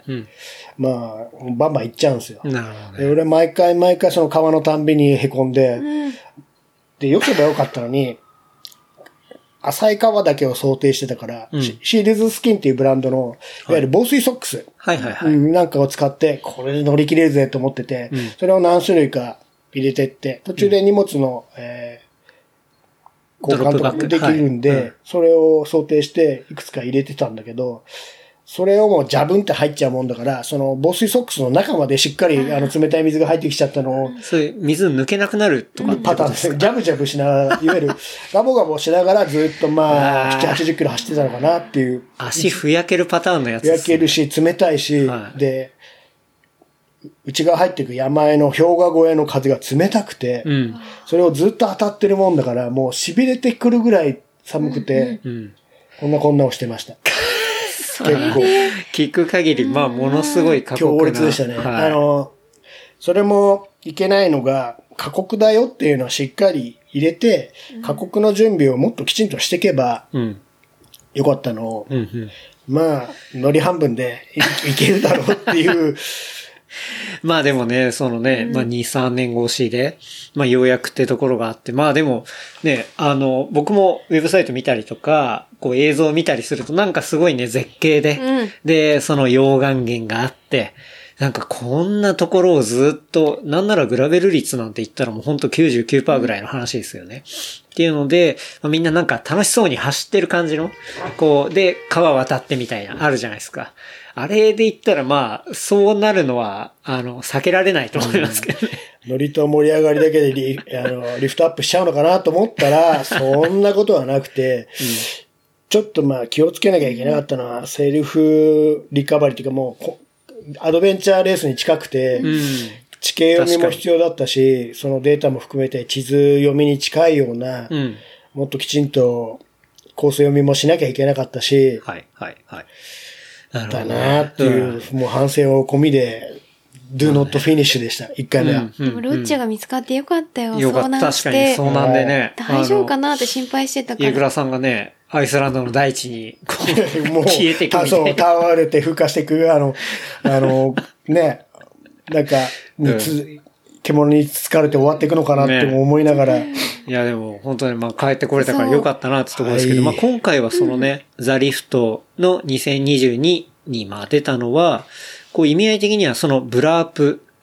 うん、まあ、バンバンいっちゃうんですよ。なるほど、ね。で、俺毎回毎回その革のたんびに凹んで、うん、で、よけばよかったのに、浅い革だけを想定してたから、うん、シールズスキンっていうブランドの、いわゆる防水ソックス、はいはいはい、なんかを使って、これで乗り切れるぜと思ってて、うん、それを何種類か入れてって、途中で荷物の、うん、えー、交換とかできるんで、はいうん、それを想定していくつか入れてたんだけど、それをもうジャブンって入っちゃうもんだから、その防水ソックスの中までしっかりあの冷たい水が入ってきちゃったのを。 そういう水抜けなくなるとかパターンですね。ジャブジャブしながら、いわゆるガボガボしながらずっとまあ、ななじゅう、はちじゅっキロ走ってたのかなっていう。 足ふやけるパターンのやつですね。ふやけるし、冷たいし、はい、で、内側入っていく山への氷河越えの風が冷たくて、うん、それをずっと当たってるもんだから、もう痺れてくるぐらい寒くて、うん、こんなこんなをしてました。 結構。聞く限り、まあ、ものすごい過酷な。 強烈でしたね。はい、あの、それもいけないのが、過酷だよっていうのはしっかり入れて、過酷の準備をもっときちんとしていけば、よかったのを、うんうん、まあ、乗り半分で い, いけるだろうっていう。 まあでもね、そのね、まあに、さんねん越しで、まあようやくってところがあって、まあでもね、あの、僕もウェブサイト見たりとか、こう映像を見たりするとなんかすごいね、絶景で、うん、で、その溶岩源があって、なんかこんなところをずっと、なんならグラベル率なんて言ったらもうほんと きゅうじゅうきゅうパーセント ぐらいの話ですよね。うん、っていうので、まあ、みんななんか楽しそうに走ってる感じの、こう、で、川渡ってみたいな、あるじゃないですか。あれで言ったらまあ、そうなるのは、あの、避けられないと思いますけどね。 ノリと盛り上がりだけでリあのリフトアップしちゃうのかなと思ったら、そんなことはなくて、うん、ちょっとまあ気をつけなきゃいけなかったのは、セルフリカバリーっていうかもう、アドベンチャーレースに近くて、うん、地形読みも必要だったし、そのデータも含めて地図読みに近いような、うん、もっときちんとコース読みもしなきゃいけなかったし、はい、はい、はい。だなっていう、うん、もう反省を込みで、do not finish でした、いっかいめは。うんうん、でもロッチが見つかってよかったよ。 よかった、確かにそうなんでね。 大丈夫かなって心配してたから。 イエグラさんがね、アイスランドの大地にこうもう消えていくみたいな。 そう、倒れて孵化していく、あの、あの、ね、なんか、熱、うん、獣につかれて終わっていくのかなって思いながら。ね、 いやでも本当にまあ帰ってこれたからよかったなってところですけど、はい、まあ今回はそのね、うん、ザリフトのにせんにじゅうににまあ出たのは、こう意味合い的にはそのブラープと、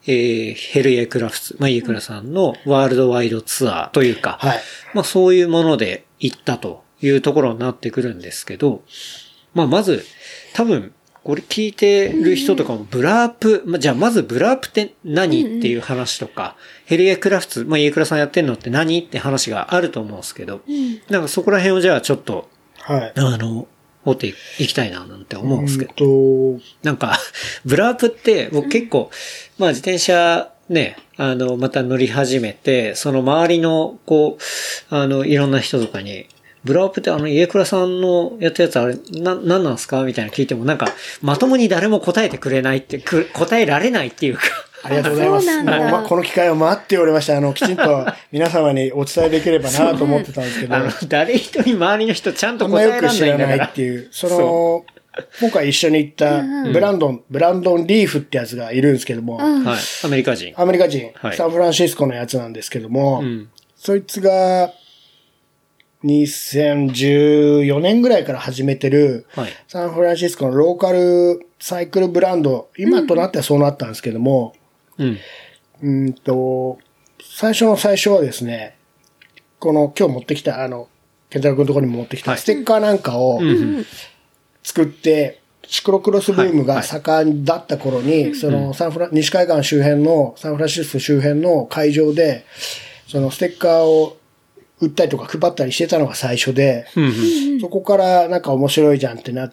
えー、ヘルエクラフツ、まあ、イエクラさんのワールドワイドツアーというか、 はい。 まあ、そういうもので行ったというところになってくるんですけど、まあ、まず、多分、これ聞いてる人とかもブラープ、まあ、じゃあまずブラープって何っていう話とか、ヘルエクラフツ、まあ、イエクラさんやってんのって何って話があると思うんですけど、なんかそこら辺をじゃあちょっと、 はい。 あの、掘っていきたいななんて思うんですけど。 うんとなんか、ブラープって僕結構、まあ自転車ね、あの、また乗り始めて、その周りの、こう、あの、いろんな人とかに、ブラープってあの、家倉さんのやったやつあれ、な、なんなんすかみたいな聞いてもなんか、まともに誰も答えてくれないって、く答えられないっていうか。 ありがとうございます。 そうなんだ。 もうま、この機会を待っておりました。あの、きちんと皆様にお伝えできればなと思ってたんですけど。 あの、誰一人周りの人ちゃんと答えられないんだから。 あんまよく知らないっていう。その、そ今回一緒に行ったブランドン、うん、ブランドン・リーフってやつがいるんですけども。 うん、 はい。アメリカ人。 アメリカ人。 はい、 サンフランシスコのやつなんですけども。 うん、 そいつが、にせんじゅうよねんぐらいから始めてる、 はい、 サンフランシスコのローカルサイクルブランド、今となってはそうなったんですけども、 うん。 うんと、最初の最初はですね、この今日持ってきた、あの、ケンタロウ君のところに持ってきたステッカーなんかを作って、シクロクロスブームが盛んだった頃に、そのサンフラン、西海岸周辺の、サンフランシスコ周辺の会場で、そのステッカーを売ったりとか配ったりしてたのが最初で、そこからなんか面白いじゃんってなって、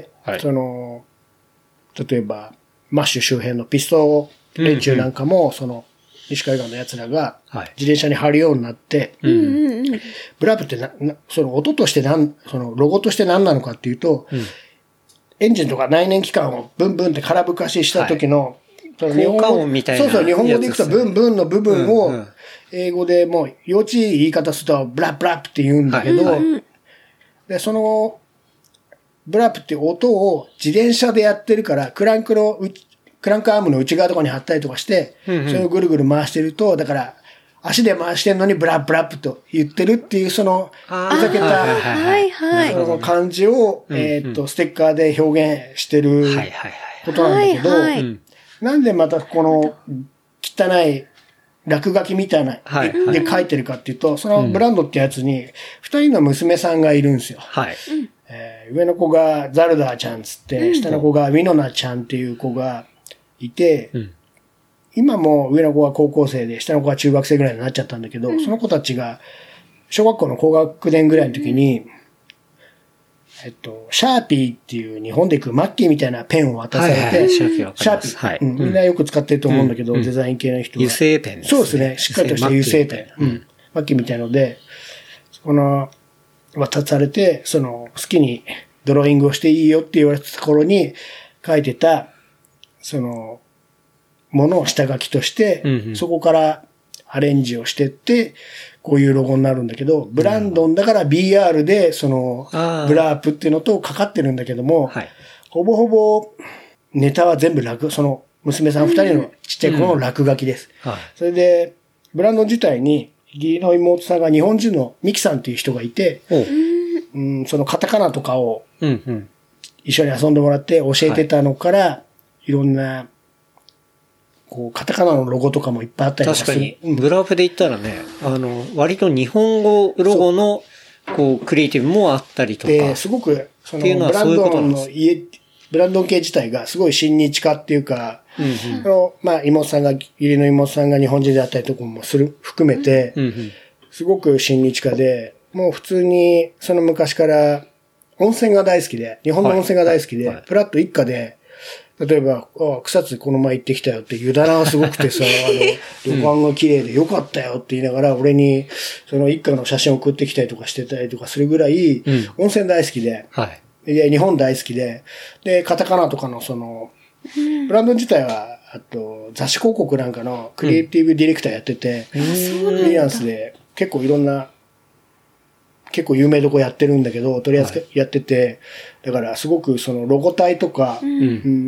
はい、 その、例えば、マッシュ周辺のピスト連中なんかも、その、西海岸の奴らが、自転車に貼るようになって、 うんうんうん、 ブラープってな、なその音としてなん、そのロゴとして何なのかっていうと、 うん、 エンジンとか内燃機関をブンブンって空吹かしした時の、はい、 その日本語みたいな、 そうそう、日本語でいくとブンブンの部分を、英語でもう幼稚い言い方するとブラッブラップって言うんだけど、はいはい、で、その、ブラップって音を自転車でやってるから、クランクの、クランクアームの内側とかに貼ったりとかして、うんうん、それをぐるぐる回してると、だから、足で回してるのにブラッブラップと言ってるっていう、その、ふざけた、 はいはい、 その感じを、えー、っと、ステッカーで表現してることなんだけど、なんでまたこの汚い落書きみたいな、はいはい、で書いてるかっていうと、そのブランドってやつに、二人の娘さんがいるんですよ。 はい。 えー、上の子がザルダーちゃんつって、下の子がウィノナちゃんっていう子がいて、うん、今も上の子が高校生で、下の子が中学生ぐらいになっちゃったんだけど、うん、その子たちが、小学校の高学年ぐらいの時に、うん、えっと、シャーピーっていう日本で行くマッキーみたいなペンを渡されて、はいはい、 シャーピーわかります。 シャーピー、はい、うん。みんなよく使ってると思うんだけど、うん、デザイン系の人は。 油性ペンですね。 そうですね。しっかりとした油性ペン。うん。マッキーみたいので、その、渡されて、その、好きにドローイングをしていいよって言われてた頃に書いてた、その、ものを下書きとして、うんうん、そこからアレンジをしてって、こういうロゴになるんだけど、ブランドンだから ビーアール で、その、ブラープっていうのとかかってるんだけども、はい、ほぼほぼネタは全部落、その娘さん二人のちっちゃい子の落書きです。うんはい、それで、ブランドン自体に、義理の妹さんが日本人のミキさんっていう人がいて、うん、そのカタカナとかを一緒に遊んでもらって教えてたのから、はい、いろんな、こう、カタカナのロゴとかもいっぱいあったりとかする。 確かに、ブラープで言ったらね、あの、割と日本語ロゴの、こう、クリエイティブもあったりとか。 で、すごく、その、ブランドンの家、ブランドン系自体がすごい親日家っていうか、うんうん、その、まあ、妹さんが、義理の妹さんが日本人であったりとかもする、含めて、うんうん、すごく親日家で、もう普通に、その昔から温泉が大好きで、日本の温泉が大好きで、はいはい、プラッと一家で、例えば、あ、草津この前行ってきたよって湯だながすごくてさ、あの、旅館が綺麗でよかったよって言いながら、俺に、その一家の写真を送ってきたりとかしてたりとかするぐらい、うん、温泉大好きで、はい、で、日本大好きで、で、カタカナとかのその、ブランド自体は、あと、雑誌広告なんかのクリエイティブディレクターやってて、うん、フリーランスで結構いろんな、結構有名どこやってるんだけど、取り扱いやってて、だからすごくそのロゴ体とか、うん、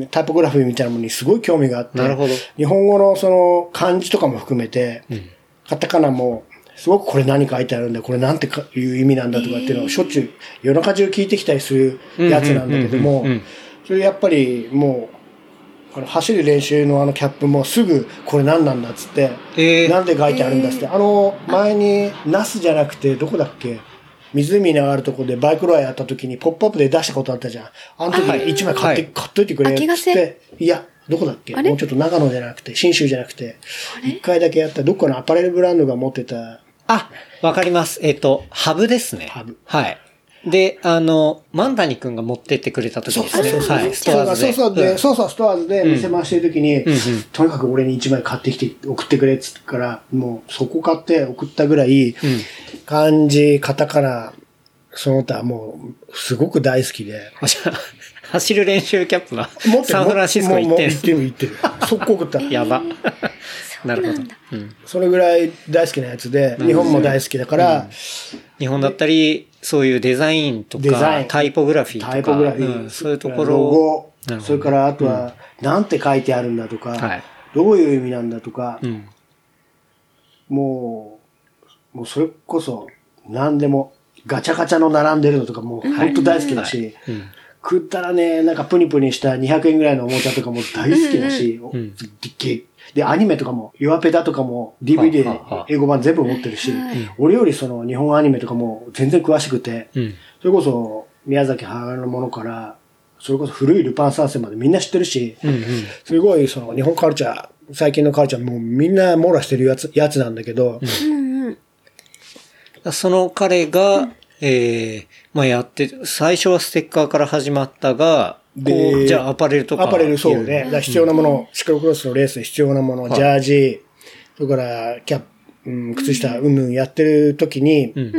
タイポグラフィーみたいなものにすごい興味があって、 なるほど。 日本語のその漢字とかも含めて、うん、カタカナも、すごくこれ何書いてあるんだ、これなんていう意味なんだとかっていうのをしょっちゅう夜中中聞いてきたりするやつなんだけども、それやっぱりもう、 あの、走る練習のあのキャップもすぐ、これ何なんだっつって、えー、なんで書いてあるんだっつって、あの、前に、ナスじゃなくて、どこだっけ湖のあるとこでバイクロアやった時にポップアップで出したことあったじゃん。あの時に一枚買って、買っといてくれってって。いや、どこだっけもうちょっと長野じゃなくて、信州じゃなくて、一回だけやったどっかのアパレルブランドが持ってた。 あ、わかります。えっと、ハブですね。ハブ。はい。で、あの、マンダニ君が持ってってくれた時ですね。 そうそうはい、ストアーズで。 そうそうで、うん、そうそう、ストアーズで店回してる時に、うんうん、とにかく俺に一枚買ってきて送ってくれっつってから、もうそこ買って送ったぐらい、うん、漢字、カタカナ、その他もう、すごく大好きで。 走る練習キャップはサンフランシスコ行ってる。 行ってる行ってる。速攻送った。 やば。なるほど、 うん。それぐらい大好きなやつで、日本も大好きだから、うん、 日本だったり、そういうデザインとか、タイポグラフィーとか、 タイポグラフィー、 うん、そういうところ。 ロゴ、それからあとは、うん、なんて書いてあるんだとか、はい、どういう意味なんだとか、うん、もう、もうそれこそ、何でも、ガチャガチャの並んでるのとかもう本当大好きだし、はいうん、食ったらね、なんかプニプニしたにひゃくえんぐらいのおもちゃとかも大好きだし、うん、で、アニメとかも、ヨアペダとかも ディーブイディー 英語版全部持ってるし、俺よりその日本アニメとかも全然詳しくて、うん、それこそ宮崎駿のものから、それこそ古いルパン三世までみんな知ってるし、うんうん、すごいその日本カルチャー、最近のカルチャーもうみんな網羅してるやつ、やつなんだけど、うんその彼が、うん、えー、まあやって、最初はステッカーから始まったが、で、じゃあアパレルとか。 アパレルそうね。だ必要なもの、うん、シクロクロスのレースで必要なもの、ジャージ、それからキャップ、うん、靴下、うんぬんやってる時に、うん、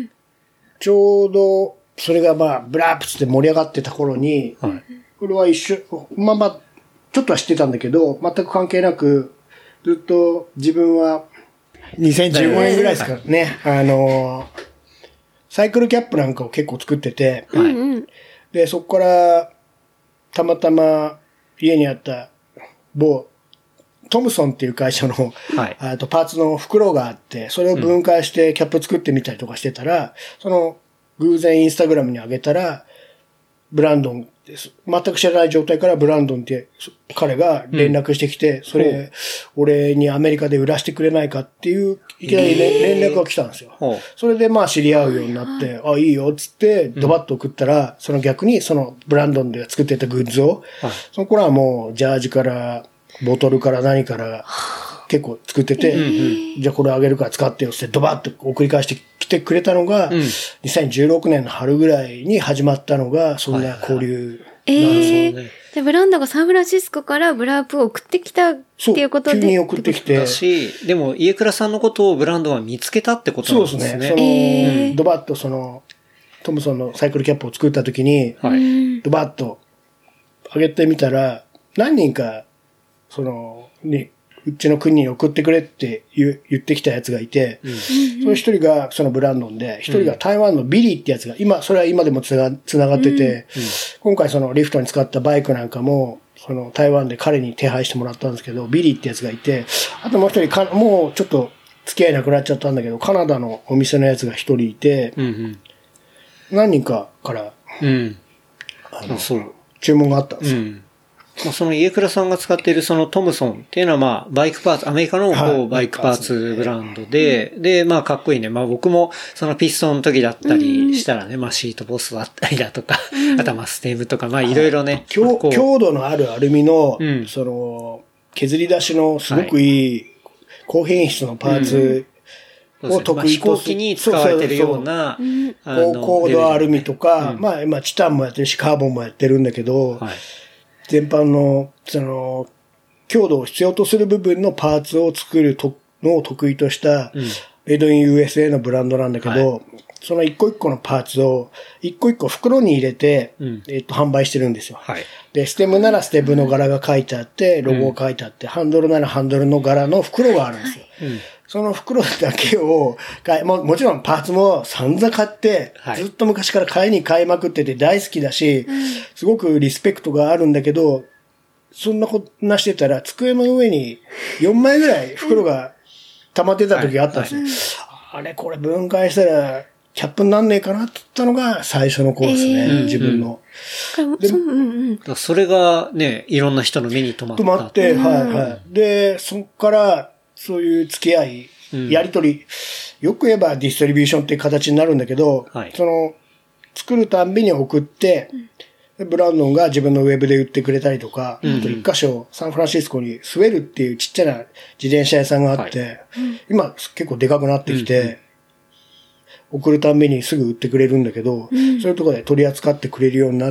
ちょうど、それがまあ、ブラープつって盛り上がってた頃に、はい、これは一緒、まあまあ、ちょっとは知ってたんだけど、全く関係なく、ずっと自分は、にせんじゅうごねんぐらいですからね、あの、サイクルキャップなんかを結構作ってて、はい、で、そこから、たまたま家にあった某トムソンっていう会社の、はい、あとパーツの袋があって、それを分解してキャップ作ってみたりとかしてたら、うん、その偶然インスタグラムに上げたら、ブランドンです。全く知らない状態からブランドンって彼が連絡してきて、うん、それ、俺にアメリカで売らしてくれないかっていう、いきなり、ね、連絡が来たんですよ。それでまあ知り合うようになって、あ、いいよっつってドバッと送ったら、うん、その逆にそのブランドンで作ってたグッズを、はい、その頃はもうジャージからボトルから何から結構作ってて、うん、じゃあこれあげるから使ってよってドバッと送り返してきてくれたのが、うん、にせんじゅうろくねんの春ぐらいに始まったのが、そんな交流なんですよね。 えーで、ブランドがサンフランシスコからブラープを送ってきたっていうことで。 急に送ってきて。 だし、でも家倉さんのことをブランドは見つけたってことなんですね。そうですね。その、 えー、ドバッとその、トムソンのサイクルキャップを作った時に、はい、ドバッと上げてみたら、何人か、その、に、うちの国に送ってくれって言ってきたやつがいて、うん、その一人がそのブランドンで、一人が台湾のビリーってやつが、今、それは今でもつなが、つながってて、うん、今回そのリフトに使ったバイクなんかも、その台湾で彼に手配してもらったんですけど、ビリーってやつがいて、あともう一人か、もうちょっと付き合いなくなっちゃったんだけど、カナダのお店のやつが一人いて、うんうん、何人かから、うん、あのそう注文があったんですよ。うんまあ、その家倉さんが使っているそのトムソンっていうのはまあバイクパーツ、アメリカの某バイクパーツブランドで、はい、で、まあかっこいいね。まあ僕もそのピストンの時だったりしたらね、うん、まあシートボスだったりだとか、うん、あとはまあステムとか、まあいろいろね、 強。強度のあるアルミの、うん、その、削り出しのすごくいい高品質のパーツ、うんを得意とする。飛行機に使われてるような、 高高度アルミとか、うん、まあ今チタンもやってるし、カーボンもやってるんだけど、はい全般の、その、強度を必要とする部分のパーツを作るのを得意とした、メイドイン ユーエスエー のブランドなんだけど、はい、その一個一個のパーツを、一個一個袋に入れて、うん、えっと、販売してるんですよ。はい、で、ステムならステムの柄が書いてあって、ロゴが書いてあって、うん、ハンドルならハンドルの柄の袋があるんですよ。はいうんその袋だけを買い、も、もちろんパーツも散々買って、はい、ずっと昔から買いに買いまくってて大好きだし、うん、すごくリスペクトがあるんだけど、そんなことなしてたら机の上によんまいぐらい袋が溜まってた時があったんですよ。はいはい、あれこれ分解したらキャップになんねえかなって言ったのが最初の頃ですね、えー、自分の。 うんでそ,、うんうん、それがね、いろんな人の目に留まった。 止まって、うん、はいはい。で、そっからそういう付き合い、うん、やりとり、よく言えばディストリビューションっていう形になるんだけど、はい、その、作るたんびに送って、うん、ブランドンが自分のウェブで売ってくれたりとか、うん、あと一箇所、サンフランシスコにスウェルっていうちっちゃな自転車屋さんがあって、はい、今結構でかくなってきて、うんうん送るためにすぐ売ってくれるんだけど、うん、そういうところで取り扱ってくれるようになって、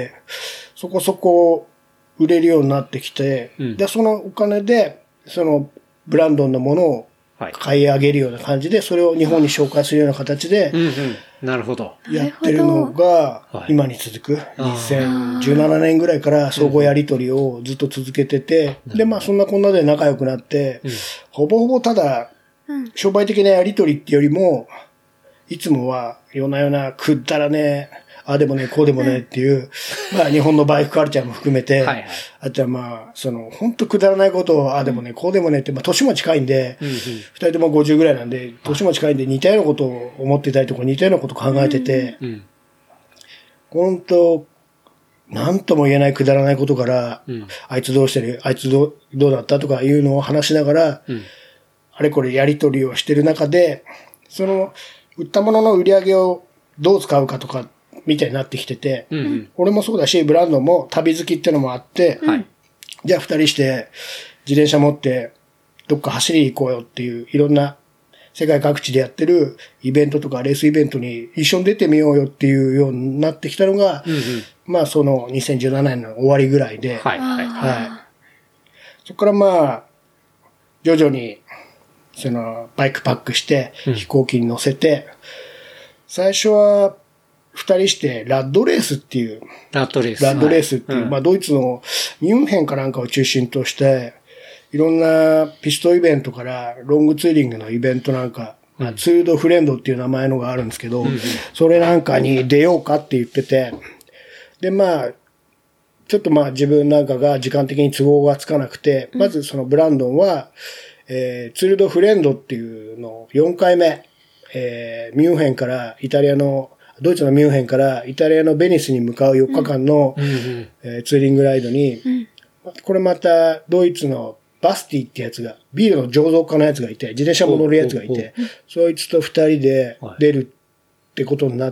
そこそこ売れるようになってきて、うん、で、そのお金で、そのブランドンのものを買い上げるような感じで、それを日本に紹介するような形で、 うんうん、なるほど。 やってるのが、今に続く、にせんじゅうななねんぐらいから相互やり取りをずっと続けてて、うん、で、まあそんなこんなで仲良くなって、うん、ほぼほぼただ、商売的なやり取りってよりも、いつもは夜な夜なくだらねえ、ああでもねこうでもねっていう、まあ日本のバイクカルチャーも含めて、はいはい、あとはまあ、その、ほんとくだらないことをああでもねこうでもねって、まあ年も近いんで、うんうん、二人ともごじゅうぐらいなんで、年も近いんで似たようなことを思ってたりとか似たようなことを考えてて、うんうん、ほんと、なんとも言えないくだらないことから、うん、あいつどうしてる、あいつどう、どうだったとかいうのを話しながら、うん、あれこれやり取りをしてる中で、その、売ったものの売り上げをどう使うかとか、みたいになってきてて、うんうん、俺もそうだし、ブランドも旅好きってのもあって、はい、じゃあ二人して自転車持ってどっか走りに行こうよっていう、いろんな世界各地でやってるイベントとかレースイベントに一緒に出てみようよっていうようになってきたのが、うんうん、まあそのにせんじゅうななねんの終わりぐらいで、はいはいはい、そこからまあ、徐々に、その、バイクパックして、飛行機に乗せて、うん、最初は、二人して、ラッドレースっていう、 ラッドレース。 ラッドレースっていう、はい、まあ、ドイツのミュンヘンかなんかを中心として、いろんなピストイベントから、ロングツーリングのイベントなんか、まあ、ツールドフレンドっていう名前のがあるんですけど、うん、それなんかに出ようかって言ってて、で、まあ、ちょっとまあ自分なんかが時間的に都合がつかなくて、まずそのブランドンは、えー、ツールドフレンドっていうのをよんかいめ、えー、ミュンヘンからイタリアの、ドイツのミュンヘンからイタリアのベニスに向かうよっかかんの、うんえー、ツーリングライドに、うん、これまたドイツのバスティってやつが、ビールの醸造家のやつがいて、自転車も乗るやつがいて、そいつと二人で出るってことになって、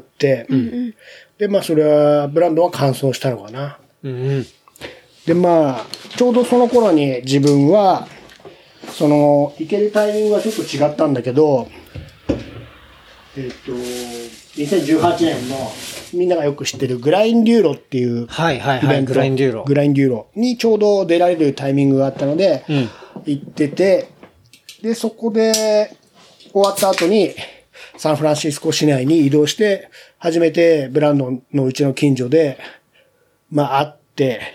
はい、で、まあそれは、ブランドは完走したのかな。うん、で、まあ、ちょうどその頃に自分は、その、行けるタイミングはちょっと違ったんだけど、えっと、にせんじゅうはちねんのみんながよく知ってるグラインデューロっていうイベント、はいはいはい、グラインデューロ。グラインデューロにちょうど出られるタイミングがあったので、うん、行ってて、で、そこで終わった後にサンフランシスコ市内に移動して、初めてブランドのうちの近所で、まあ会って、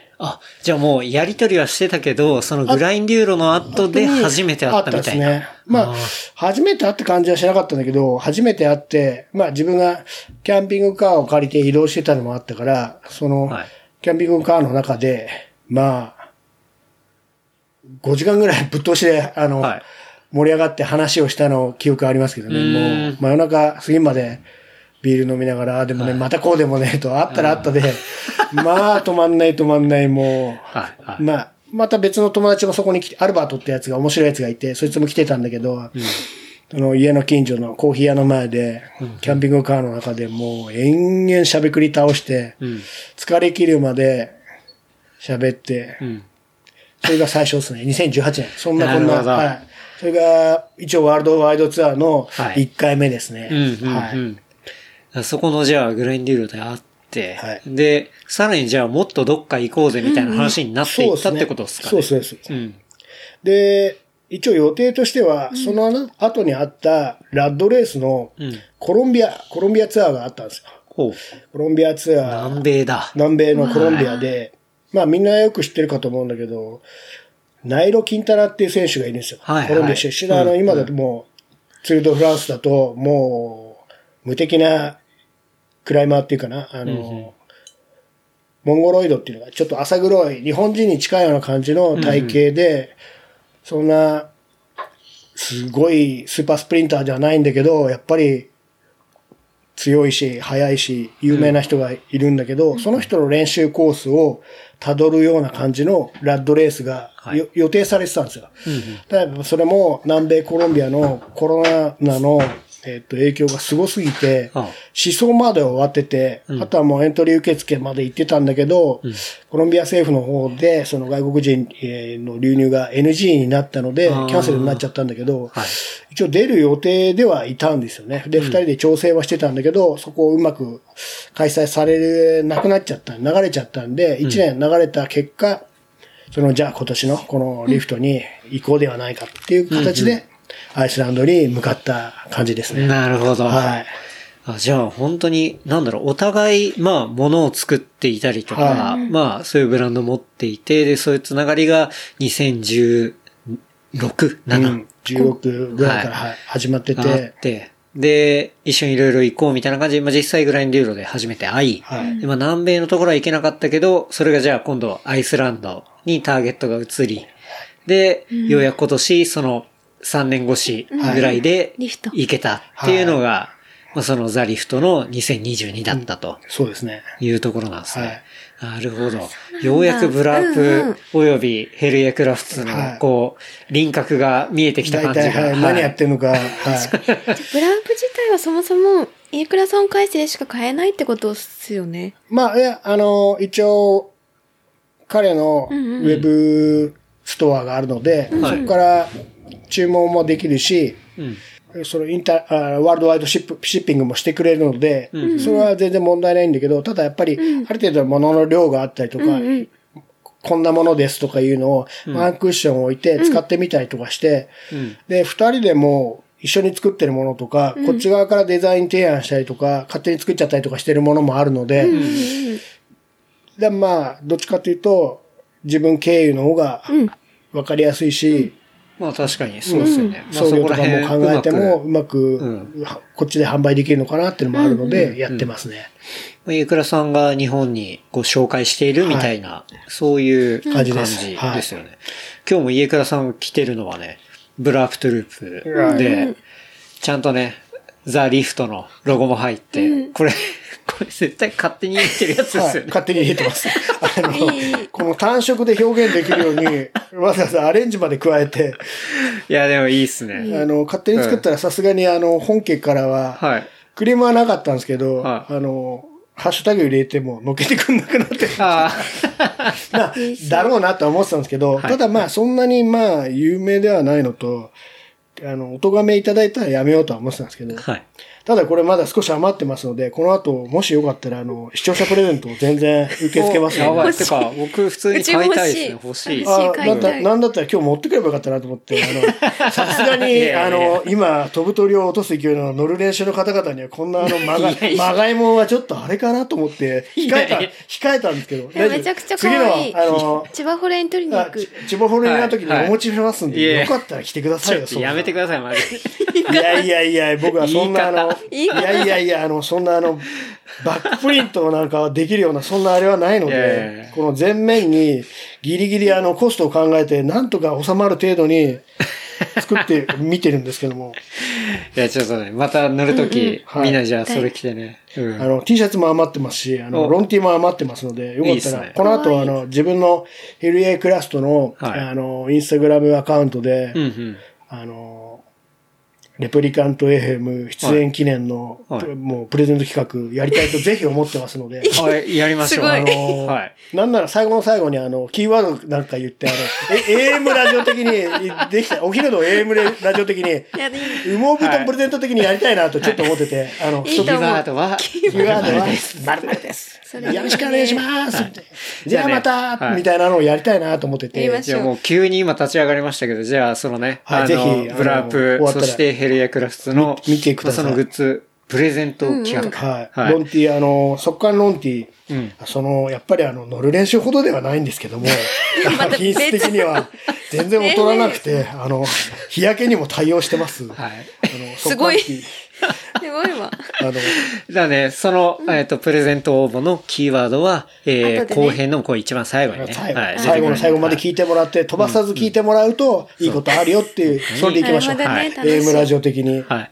あ、じゃあもうやりとりはしてたけど、そのグラインデューロの後で初めて会ったみたいな。あったですね。まあ、初めて会って感じはしなかったんだけど、初めて会って、まあ自分がキャンピングカーを借りて移動してたのもあったから、その、はい、キャンピングカーの中で、まあ、ごじかんぐらいぶっ通しで、あの、はい、盛り上がって話をしたの記憶ありますけどね、もう真夜中過ぎまで、ビール飲みながら、でもね、はい、またこうでもね、と、あったらあったで、まあ、止まんない止まんない、もう。はいはい、まあ、また別の友達もそこに来て、アルバートってやつが面白いやつがいて、そいつも来てたんだけど、うん、その家の近所のコーヒー屋の前で、うん、キャンピングカーの中でもう延々しゃべくり倒して、うん、疲れ切るまで喋って、うん、それが最初ですね、にせんじゅうはちねん。そんなこんな、はい。それが、一応ワールドワイドツアーのいっかいめですね。はい。うんうんうんそこのじゃあグラインデューロで会って、はい、で、さらにじゃあもっとどっか行こうぜみたいな話になっていったってことですかね。 そうですね。そうです。うん、で、一応予定としては、うん、その後にあったラッドレースのコロンビア、うん、コロンビアツアーがあったんですよ。ほうコロンビアツアー。 南米だ。 南米のコロンビアで、まあみんなよく知ってるかと思うんだけど、ナイロ・キンタナっていう選手がいるんですよ。はいはい、コロンビア出身の、あの、今だともう、ツール・ド・フランスだと、もう、無敵なクライマーっていうかな、あの、うんうん、モンゴロイドっていうのがちょっと浅黒い、日本人に近いような感じの体型で、うんうん、そんな、すごいスーパースプリンターではないんだけど、やっぱり強いし、速いし、有名な人がいるんだけど、うん、その人の練習コースを辿るような感じのラッドレースが、はい、予定されてたんですよ。うんうん、だからそれも南米コロンビアのコロナのえっと、影響がすごすぎて、ああ思想まで終わってて、うん、あとはもうエントリー受付まで行ってたんだけど、うん、コロンビア政府の方で、その外国人の流入が エヌジー になったので、キャンセルになっちゃったんだけど、はい、一応出る予定ではいたんですよね。で、うん、二人で調整はしてたんだけど、そこをうまく開催されなくなっちゃった、流れちゃったんで、一年流れた結果、うん、その、じゃあ今年のこのリフトに行こうではないかっていう形で、うんうんアイスランドに向かった感じですね。 なるほど。はい。あじゃあ本当に、なんだろう、お互い、まあ、物を作っていたりとか、はい、まあ、そういうブランドを持っていて、で、そういうつながりがにせんじゅうろく、なな、うん、 じゅうろくぐらいから、はい、始まってて。あって。 で、一緒にいろいろ行こうみたいな感じで、まあ実際グラインデューロで初めて会い、はい、でまあ南米のところは行けなかったけど、それがじゃあ今度アイスランドにターゲットが移り、で、うん、ようやく今年、その、さんねん越しぐらいで行けたっていうのが、はい、まあ、そのザリフトのにせんにじゅうにだったと、うん。そうですね。いうところなんですね。はい、なるほど。ようやくブラープおよびヘルエクラフツのこう、輪郭が見えてきた感じが。 大体、はい、何やってんのか。はい、 ブラープ自体はそもそもイエクラさん回線しか買えないってことですよね。 まあ、いや、あの、一応、彼のウェブストアがあるので、うんうん、そこから、注文もできるし、うん、そのインター、ワールドワイドシップ、シッピングもしてくれるので、うん、それは全然問題ないんだけど、ただやっぱり、ある程度物の量があったりとか、うん、こんなものですとかいうのを、ワンクッションを置いて使ってみたりとかして、うん、で、二人でも一緒に作ってるものとか、うん、こっち側からデザイン提案したりとか、勝手に作っちゃったりとかしてるものもあるので、うん、でまあ、どっちかというと、自分経由の方がわかりやすいし、うんまあ確かにそうですよね。 うん、送料とかも考えてもうまく、うん、こっちで販売できるのかなっていうのもあるので、やってますね。 うんうん、イエクラさんが日本にご紹介しているみたいな、はい、そういう感じですよね。はい、今日もイエクラさん来てるのはね、ブラープトゥループで、うん、ちゃんとね、ザ・リフトのロゴも入って、うん、これ、これ絶対勝手に入れてるやつですよね。はい、 勝手に入れてます。あの、この単色で表現できるように、わざわざアレンジまで加えて。 いや、でもいいっすね。 あの、勝手に作ったらさすがにあの、本家からは、はい、クレームはなかったんですけど、はい、あの、ハッシュタグ入れても、のっけてくんなくなって。あまあ、だろうなとは思ってたんですけど、はい、ただまあ、そんなにまあ、有名ではないのと、あの、お咎めいただいたらやめようとは思ってたんですけど、はい、ただこれまだ少し余ってますので、この後、もしよかったら、あの、視聴者プレゼントを全然受け付けますので。 やばい。てか、僕普通に買いたいですね。欲しい。 あ、なんだ、なんだったら今日持ってくればよかったなと思って、あの、さすがに、あの、今、飛ぶ鳥を落とす勢いの乗る練習の方々には、こんなあの、まが、まがいもんはちょっとあれかなと思って、控えた、控えたんですけど。 めちゃくちゃ可愛い。次の、あの、千葉フォレに取りに行く。 千葉フォレの時にお持ちしますんで、よかったら来てくださいよ、 そう。やめてください、マジで。 いやいやいや、僕はそんなあの、いやいやいや、あの、そんなあの、バックプリントなんかできるような、そんなあれはないので、この前面にギリギリあの、コストを考えて、なんとか収まる程度に作ってみてるんですけども。 いや、ちょっとね、また乗るとき、うんうん、みんなじゃあそれ着てね。 うん、あの、T シャツも余ってますし、あの、ロン T も余ってますので、よかったら、いいね、この後あの、自分の エルエー クラストの、はい、あの、インスタグラムアカウントで、うんうん、あの、レプリカント エフエム 出演記念の、はいはい、もうプレゼント企画やりたいとぜひ思ってますので。 はい、やりましょう。 あの、はい、なんなら最後の最後にあの、キーワードなんか言って、あの、エーエム ラジオ的にできた、お昼の エーエム ラジオ的に、羽毛布団プレゼント的にやりたいなとちょっと思ってて、あの、 キーワードは、 キーワードは、〇〇です。よろしくお願いします。はい、じゃあまた、はい、みたいなのをやりたいなと思ってて。 じゃあもう急に今立ち上がりましたけど、じゃあそのね、はい、ぜひ、ブラープ、そしてヘルエクラフツの、 見てください。 そのグッズ、プレゼント企画。うんうん、 はい。はい、ロンティ、あの、速乾ロンティ、うん、その、やっぱりあの、乗る練習ほどではないんですけども、品質的には全然劣らなくて、あの、日焼けにも対応してます。はい。あの、すごい。すごいわ。あの、 だね、その、えっと、プレゼント応募のキーワードは、えー、後編のこう一番最後にね。 最後、はい、最後の最後まで聞いてもらって、飛ばさず聞いてもらうと、いいことあるよっていう、それでいきましょう。はい。エーエム ラジオ的に。はい。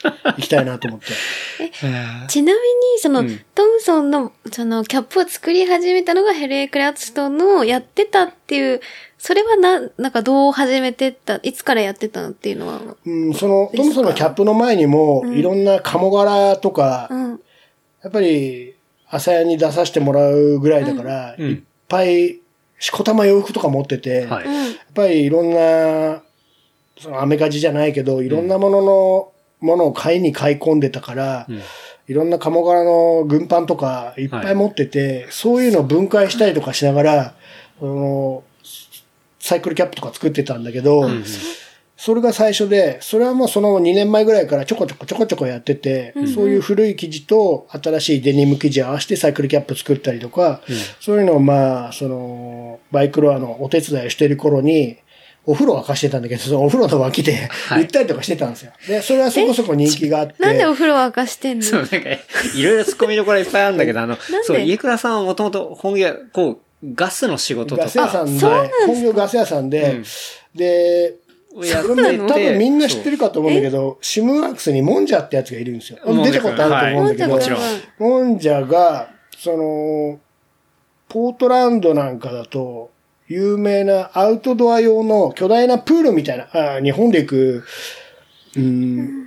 行きたいなと思って。 えちなみに、その、うん、トムソンの、その、キャップを作り始めたのがヘレー・クラツトンのやってたっていう、それはな、なんかどう始めてった、いつからやってたのっていうのは。 うん、その、トムソンのキャップの前にも、うん、いろんな鴨柄とか、うん、やっぱり、朝屋に出させてもらうぐらいだから、うん、いっぱい、しこたま洋服とか持ってて、はい、やっぱりいろんな、そのアメカジじゃないけど、いろんなものの、ものを買いに買い込んでたから、うん、いろんな鴨柄の軍パンとかいっぱい持ってて、はい、そういうのを分解したりとかしながら、あのサイクルキャップとか作ってたんだけど、うん、それが最初で、それはもうそのにねんまえぐらいからちょこちょこちょこちょこやってて、うん、そういう古い生地と新しいデニム生地を合わせてサイクルキャップ作ったりとか、うん、そういうのをまあ、その、バイクロアのお手伝いをしている頃に、お風呂沸かしてたんだけど、そのお風呂の脇で売ったりとかしてたんですよ。はい、で、それはそこそこ人気があって。 なんでお風呂沸かしてんの？ そう、なんか、いろいろ突っ込みどころいっぱいあるんだけど、あの、そう、家倉さんはもともと本業、こう、ガスの仕事とか。 ガス屋さんで、本業ガス屋さんで、うん、で、 やってね、多分みんな知ってるかと思うんだけど、シムワークスにモンジャってやつがいるんですよ。出たことあると思うんだけど、はい、もちろん。モンジャが、その、ポートランドなんかだと、有名なアウトドア用の巨大なプールみたいな、あ日本で行く、うん、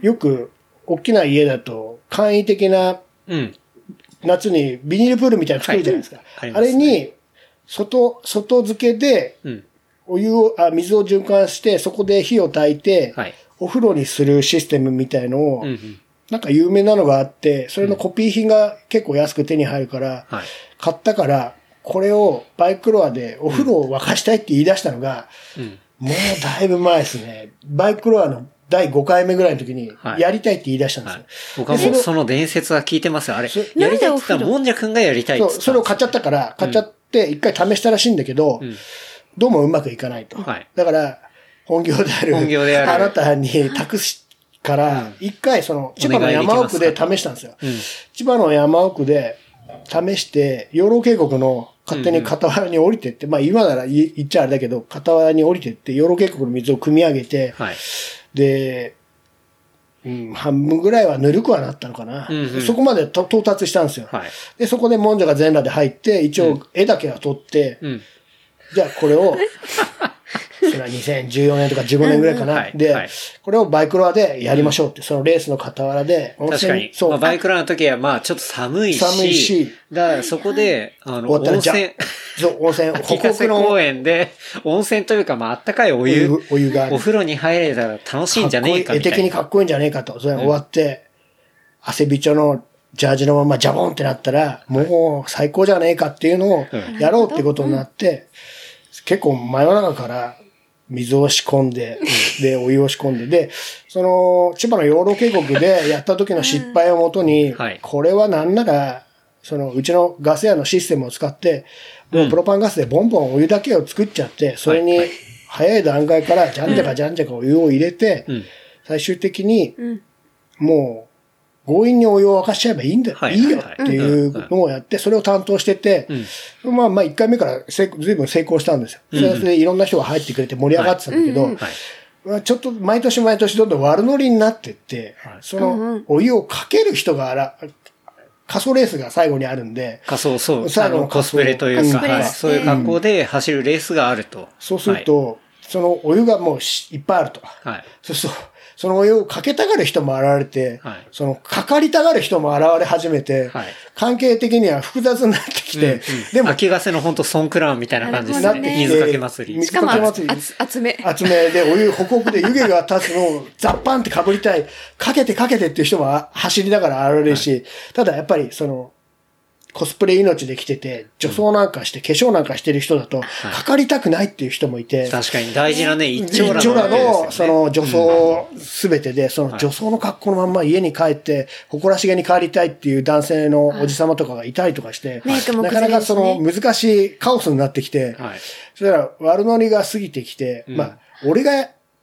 よく大きな家だと簡易的な、うん、夏にビニールプールみたいなの作るじゃないですか。はい、あれに、外、外付けで、お湯を、あ、水を循環して、そこで火を焚いて、はい、お風呂にするシステムみたいのを、うんうん、なんか有名なのがあって、それのコピー品が結構安く手に入るから、はい、買ったから、これをバイクロアでお風呂を沸かしたいって言い出したのが、うん、もうだいぶ前ですね。バイクロアのだいごかいめぐらいの時に、やりたいって言い出したんですよ。はい、 僕はもうその伝説は聞いてますよ。あれ、やりたいって言ったら、もんじゃくんがやりたいって言った。 そう、それを買っちゃったから、買っちゃって一回試したらしいんだけど、うん、どうもうまくいかないと。はい、だから、本業である、本業であるあなたに託すから、一回その、千葉の山奥で試したんですよ。うん、千葉の山奥で試して、養老渓谷の勝手に傍らに降りてって、うんうん、まあ今なら言っちゃあれだけど、傍らに降りてって、養老渓谷の水を汲み上げて、はい、で、うん、半分ぐらいはぬるくはなったのかな。うんうん、そこまでと到達したんですよ。はい、で、そこでもんじゃが全裸で入って、一応絵だけは撮って、うん、じゃあこれを、それはにせんじゅうよねんとかじゅうごねんぐらいかな。はい、で、はい、これをバイクロアでやりましょうって、そのレースの傍らで。 確かに。そう。まあ、バイクロアの時はまあちょっと寒いし。 寒いし。 だからそこで、あの、温泉。 そう、温泉。 秋ヶ瀬公園で、温泉というかまああったかいお湯。お湯、 お湯がある。 お風呂に入れたら楽しいんじゃねえかみたいな。 絵的にかっこいいんじゃねえかと。それ終わって、うん、汗びちょのジャージのままジャボンってなったら、もう最高じゃねえかっていうのをやろうってことになって、うん、結構真夜中から、水を仕込んで、で、お湯を仕込んで、で、その、千葉の養老渓谷でやった時の失敗をもとに、はい、これはなんなら、その、うちのガス屋のシステムを使って、もうプロパンガスでボンボンお湯だけを作っちゃって、それに、早い段階からじゃんじゃかじゃんじゃかお湯を入れて、最終的に、もう、強引にお湯を沸かしちゃえばいいんだよ、はい、いいよっていうのをやって、それを担当してて、うん、まあまあいっかいめからずいぶん成功したんですよ。うん、それでいろんな人が入ってくれて盛り上がってたんだけど、はい、ちょっと毎年毎年どんどん悪乗りになってって、はい、そのお湯をかける人があら、仮装レースが最後にあるんで、 仮装、そう、最後のコスプレというか、はい、そういう格好で走るレースがあると。 そうすると、はい、そのお湯がもういっぱいあると。はい、そうするとそのお湯をかけたがる人も現れて、はい、そのかかりたがる人も現れ始めて、はい、関係的には複雑になってきて、うんうん、 でも秋ヶ瀬の本当ソンクラウンみたいな感じですね。水かけ祭り。 水かけ祭り。集め。 集めでお湯、ほこくで湯気が立つのをザッパンってかぶりたい。かけてかけてっていう人も走りながら現れるし、はい、ただやっぱりその、コスプレ命で来てて、女装なんかして、化粧なんかしてる人だと、かかりたくないっていう人もいて。 確かに大事なね、一丁羅の。 一丁羅の、その女装すべてで、その女装の格好のまんま家に帰って、誇らしげに帰りたいっていう男性のおじさまとかがいたりとかして、なかなかその難しいカオスになってきて、そしたら悪ノリが過ぎてきて、まあ、俺が、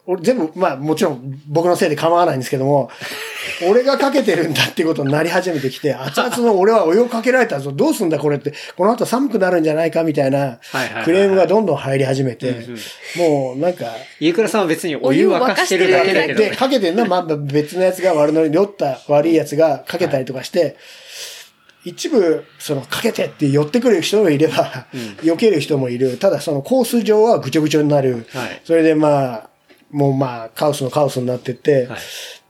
俺全部、まあもちろん僕のせいで構わないんですけども、俺がかけてるんだっていうことになり始めてきて、熱々の俺はお湯をかけられたぞ、どうすんだこれって、この後寒くなるんじゃないかみたいなクレームがどんどん入り始めて、もうなんか。 家倉さんは別にお湯沸かしてるだけだけど、ね。 で、かけてるのはまあ別のやつが悪乗りに酔った悪いやつがかけたりとかして、はい、一部、その、かけてって寄ってくる人もいれば、うん、避ける人もいる。ただそのコース上はぐちょぐちょになる。はい、それでまあ、もうまあ、カオスのカオスになってって、はい、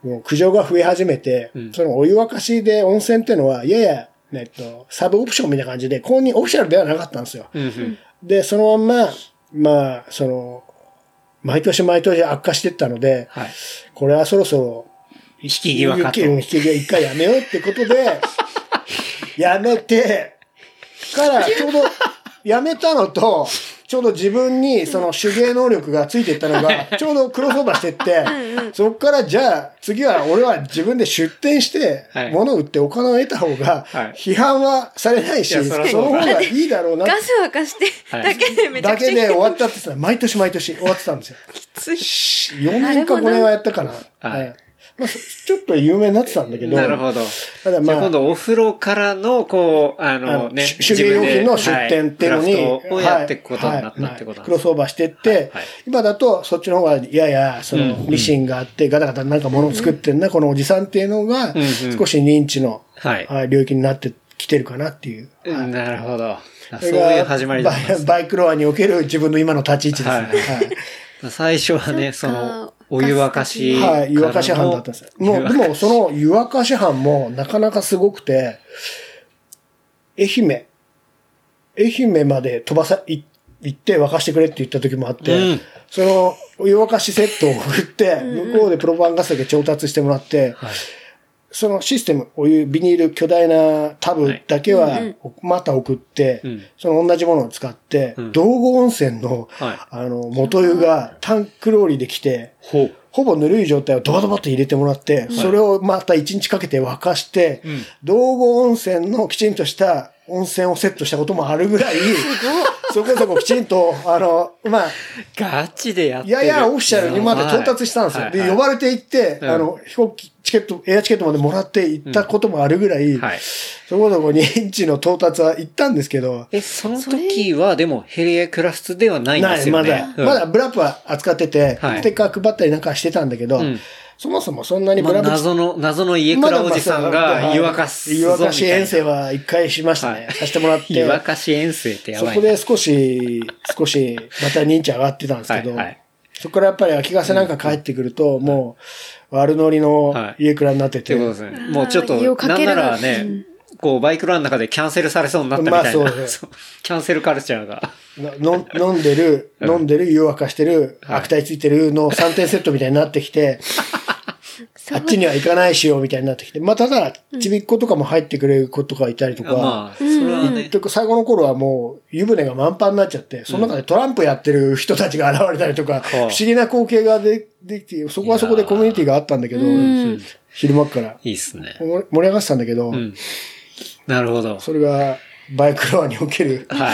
もう苦情が増え始めて、うん、そのお湯沸かしで温泉っていうのは、やや、えっと、サブオプションみたいな感じで、公認オフィシャルではなかったんですよ。うんうん、で、そのまんま、まあ、その、毎年毎年悪化していったので、はい、これはそろそろ、 引き際かと。 引き際一回やめようってことで、やめて、から、ちょうど、やめたのと、ちょうど自分にその手芸能力がついていったのが、ちょうどクロスオーバーしてって、そっからじゃあ、次は俺は自分で出店して、物を売ってお金を得た方が、批判はされないし、その方がいいだろうな。 ガス沸かして、だけでめちゃくちゃ。 だけで終わったってさ、毎年毎年終わってたんですよ。きつい。よねんかごねんはやったかな。はい。まあ、ちょっと有名になってたんだけど。 なるほど。ただまあ。今度お風呂からの、こう、あのね、 手芸用品の出店っていうのに、 はい、をやっていくことになったってことなんです、 クロスオーバーしてって、はいはい、今だとそっちの方が、いやいや、その、ミシンがあって、ガタガタなんか物を作ってんな、うん、このおじさんっていうのが、少し認知の、はい、領域になってきてるかなっていう。 はい、なるほど。そういう始まりだったんですね。 バイクロアにおける自分の今の立ち位置ですね。はいはい、最初はね、その、お湯沸かし。 はい、湯沸かし班だったんですよ。もう、でもその湯沸かし班もなかなかすごくて、愛媛、愛媛まで飛ばさ、い行って沸かしてくれって言った時もあって、うん、そのお湯沸かしセットを送って、向こうでプロパンガスだけ調達してもらって、はい、そのシステム、お湯、ビニール巨大なタブだけはまた送って、はい、その同じものを使って、うん、道後温泉の、はい、あの、元湯がタンクローリーで来て、ほ, ほぼぬるい状態をドバドバと入れてもらって、はい、それをまた一日かけて沸かして、うん、道後温泉のきちんとした温泉をセットしたこともあるぐらい、そこそこきちんと、あの、まあ、 ガチでやってる。 いやいや、オフィシャルにまで到達したんですよ。はいはい、で、呼ばれて行って、うん、あの、飛行機、チケット、エアチケットまでもらって行ったこともあるぐらい、うんはい、そこそこ認知の到達は行ったんですけど。 え、その時はでもヘリエクラスではないんですよね。 ない、まだ、うん、まだブラップは扱ってて、はい、ステッカー配ったりなんかしてたんだけど、うんそもそもそんなにブラブ、 まあ、謎の、謎の家倉おじさんが湯沸かす。 湯沸かし遠征は一回しましたね。はい、させてもらって。 湯沸かし遠征ってやばい。 そこで少し、少し、また認知上がってたんですけど、はいはい、そこからやっぱり秋ヶ瀬なんか帰ってくると、うん、もう、悪乗りの家倉になってて。 はい、ってことですね。もうちょっと、なんならね、うん、こう、バイクランの中でキャンセルされそうになったみたいな。まあそうです。キャンセルカルチャーが。 の飲んでる、飲んでる、湯沸かしてる、うん、悪態ついてるのさんてんセットみたいになってきて、あっちには行かないしようみたいになってきて。まあ、ただ、ちびっ子とかも入ってくれる子とかいたりとか。まあ、それはね。最後の頃はもう、湯船が満帆になっちゃって、その中でトランプやってる人たちが現れたりとか、不思議な光景がでできて、そこはそこでコミュニティがあったんだけど、昼間から。 いいっすね。 盛り上がってたんだけど、うん、 なるほど。 それが、バイクロアにおける。 はい。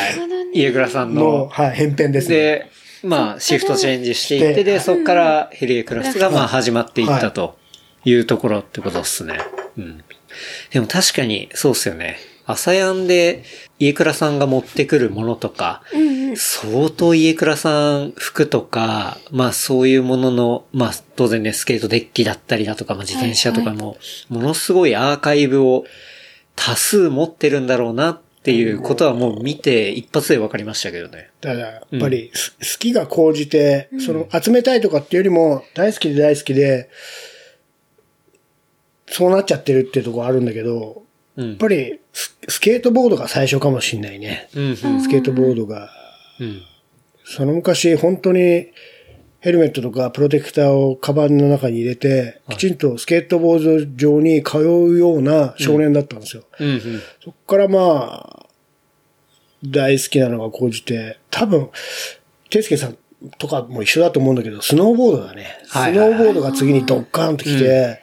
家倉さんの。 はい、偏偏ですね。 で、まあ、シフトチェンジしていって、で、そこからヘリエクラスがまあ始まっていったと。いうところってことですね。うん。でも確かにそうっすよね。朝やんで家倉さんが持ってくるものとか、うんうん、相当家倉さん服とか、まあそういうものの、まあ当然ね、スケートデッキだったりだとか、まあ自転車とかも、ものすごいアーカイブを多数持ってるんだろうなっていうことはもう見て一発で分かりましたけどね。 だからやっぱり、うん、好きが高じて、その集めたいとかっていうよりも大好きで大好きで、そうなっちゃってるっていうところあるんだけど、うん、やっぱりス、スケートボードが最初かもしれないね。うんうん、スケートボードが。うん、その昔、本当にヘルメットとかプロテクターをカバンの中に入れて、はい、きちんとスケートボード場に通うような少年だったんですよ。うんうんうん、そこからまあ、大好きなのが高じて、多分、ていすけさんとかも一緒だと思うんだけど、スノーボードだね。はい、スノーボードが次にドッカーンと来て、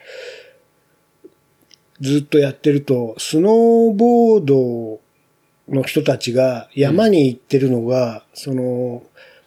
ずっとやってると、スノーボードの人たちが山に行ってるのが、うん、その、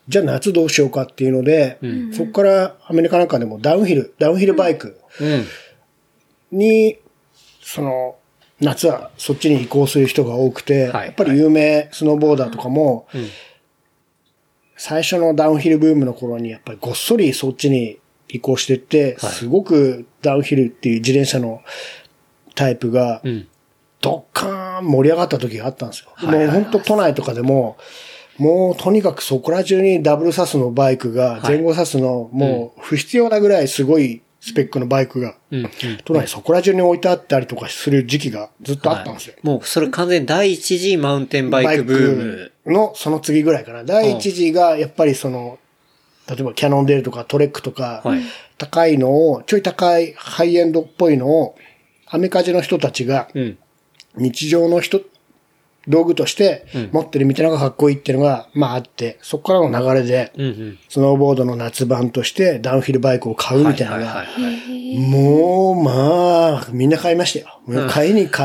じゃあ夏どうしようかっていうので、うん、そこからアメリカなんかでもダウンヒル、ダウンヒルバイクに、その、夏はそっちに移行する人が多くて、はい、やっぱり有名スノーボーダーとかも、うん、最初のダウンヒルブームの頃にやっぱりごっそりそっちに移行していって、はい、すごくダウンヒルっていう自転車のタイプが、ドッカーン盛り上がった時があったんですよ。うん、もう本当都内とかでも、もうとにかくそこら中にダブルサスのバイクが、前後サスのもう不必要なぐらいすごいスペックのバイクが、都内そこら中に置いてあったりとかする時期がずっとあったんですよ。 はい、もうそれ完全に第一次マウンテンバイクブームのその次ぐらいかな。第一次がやっぱりその、例えばキャノンデールとかトレックとか、はい、高いのを、ちょい高いハイエンドっぽいのを、アメカジの人たちが、日常の人、道具として持ってるみたいなのがかっこいいっていうのが、まああって、そこからの流れで、スノーボードの夏版としてダウンヒルバイクを買うみたいなのが、もう、まあ、みんな買いましたよ。買いに買って、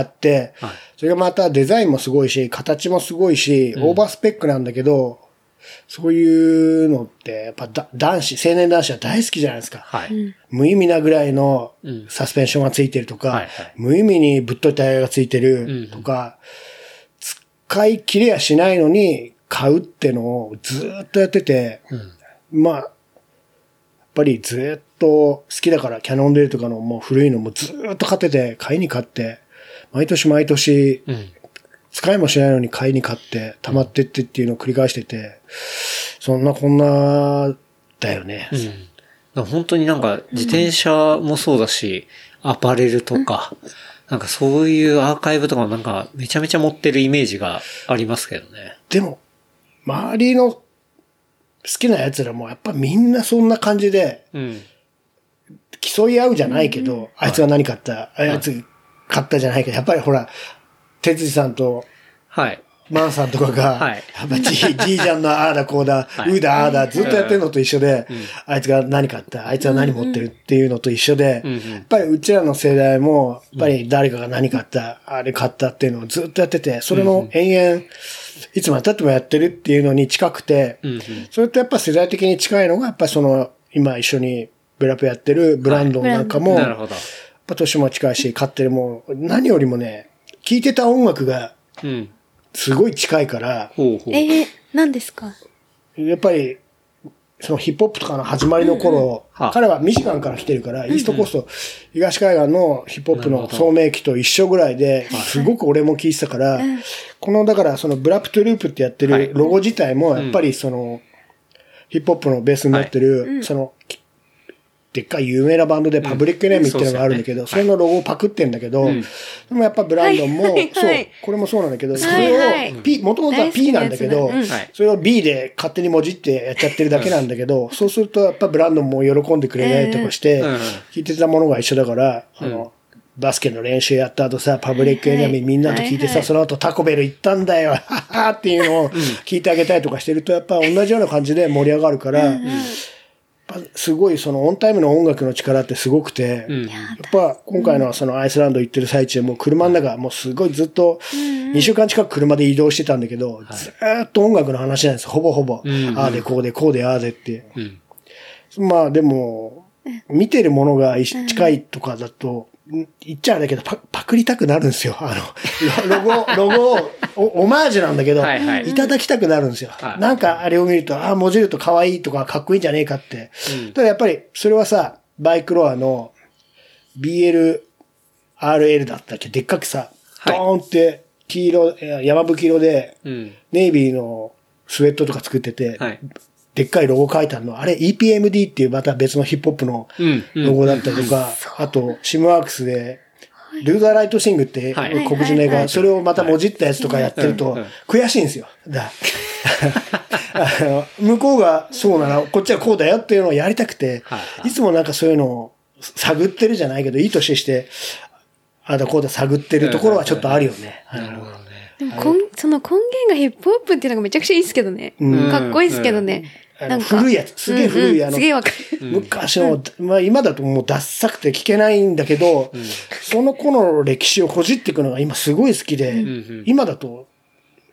それがまたデザインもすごいし、形もすごいし、オーバースペックなんだけど、そういうのって、やっぱ男子、青年男子は大好きじゃないですか。はい、無意味なぐらいのサスペンションがついてるとか、うんはいはい、無意味にぶっといタイヤがついてるとか、うん、使い切れやしないのに買うってのをずーっとやってて、うん、まあ、やっぱりずーっと好きだからキャノンデールとかのもう古いのもずーっと買ってて、買いに買って、毎年毎年、うん使いもしないのに買いに買って、溜まってってっていうのを繰り返してて、そんなこんな、だよね。 うん、本当になんか自転車もそうだし、アパレルとか、なんかそういうアーカイブとかもなんかめちゃめちゃ持ってるイメージがありますけどね。 でも、周りの好きな奴らもやっぱみんなそんな感じで、うん、競い合うじゃないけど、うん、あいつが何買った、はい、あいつ買ったじゃないけど、やっぱりほら、哲司さんと、はい。マンさんとかが、はい。やっぱじい、じいちゃんのああだこうだ、はい、うーだああだ、ずっとやってるのと一緒で、うん、あいつが何買った、あいつは何持ってるっていうのと一緒で、うんうん、やっぱりうちらの世代も、やっぱり誰かが何買った、あれ買ったっていうのをずっとやってて、それの延々、いつまで経ってもやってるっていうのに近くて、うんうん、それとやっぱ世代的に近いのが、やっぱその、今一緒にブラペやってるブランドンなんかも、はい、なるほど。やっぱ年も近いし、買ってるもう、何よりもね、聴いてた音楽が、すごい近いから。 うん、ほうほうえー、何ですか？ やっぱり、そのヒップホップとかの始まりの頃、うんうん、彼はミシガンから来てるから、うんうん、イーストコースト、東海岸のヒップホップの聡明期と一緒ぐらいで、すごく俺も聴いてたから、はい、この、だからそのブラップトゥループってやってるロゴ自体も、やっぱりその、ヒップホップのベースになってる、はい、その、でっかい有名なバンドでパブリックネームっていうのがあるんだけど、うん、そ, ね、それのロゴをパクってんだけど、うん、でもやっぱブランドンも、はいはい、そう、これもそうなんだけど、それを P、もともとは P なんだけど、ねうん、それを B で勝手にもじってやっちゃってるだけなんだけど、うん、そうするとやっぱブランドンも喜んでくれないとかして、弾いてたものが一緒だから、うん、あの、バスケの練習やった後さ、パブリックエネミーみんなと聞いてさ、はいはい、その後タコベル行ったんだよ、ははっていうのを聞いてあげたりとかしてると、やっぱ同じような感じで盛り上がるから、うんうんすごいそのオンタイムの音楽の力ってすごくて、うん、やっぱ今回のそのアイスランド行ってる最中も車の中もうすごいずっとにしゅうかん近く車で移動してたんだけど、うん、ずーっと音楽の話なんです。ほぼほぼ。うん、ああでこうでこうでああでって。うん、まあでも、見てるものが近いとかだと、言っちゃうんだけどパ、パクりたくなるんですよ。あの、ロゴ、ロゴを、オマージュなんだけど、はいはい、いただきたくなるんですよ。はい、なんかあれを見ると、ああ、文字ると可愛いとかかっこいいんじゃねえかって。うん、ただやっぱり、それはさ、バイクロアの ビーエルアールエル だったっけでっかくさ、はい、ドーンって黄色、山吹色で、うん、ネイビーのスウェットとか作ってて、はいでっかいロゴ書いてあるの。あれ イーピーエムディー っていうまた別のヒップホップのロゴだったりとか、うんうん、あと、シムワークスで、ルーザーライトシングって黒人の映画、それをまたもじったやつとかやってると、悔しいんですよ。だあの向こうがそうなの、こっちはこうだよっていうのをやりたくて、いつもなんかそういうのを探ってるじゃないけど、いい年して、あだこうだ探ってるところはちょっとあるよね。 なるほどね。でもこん、その根源がヒップホップっていうのがめちゃくちゃいいですけどね。うん、かっこいいですけどね。 なんか古いやつ。すげえ古い、うんうん、あの、すげえわかる。昔の、まあ今だともうダッサくて聞けないんだけど、うん、その頃の歴史をほじっていくのが今すごい好きで、うん、今だと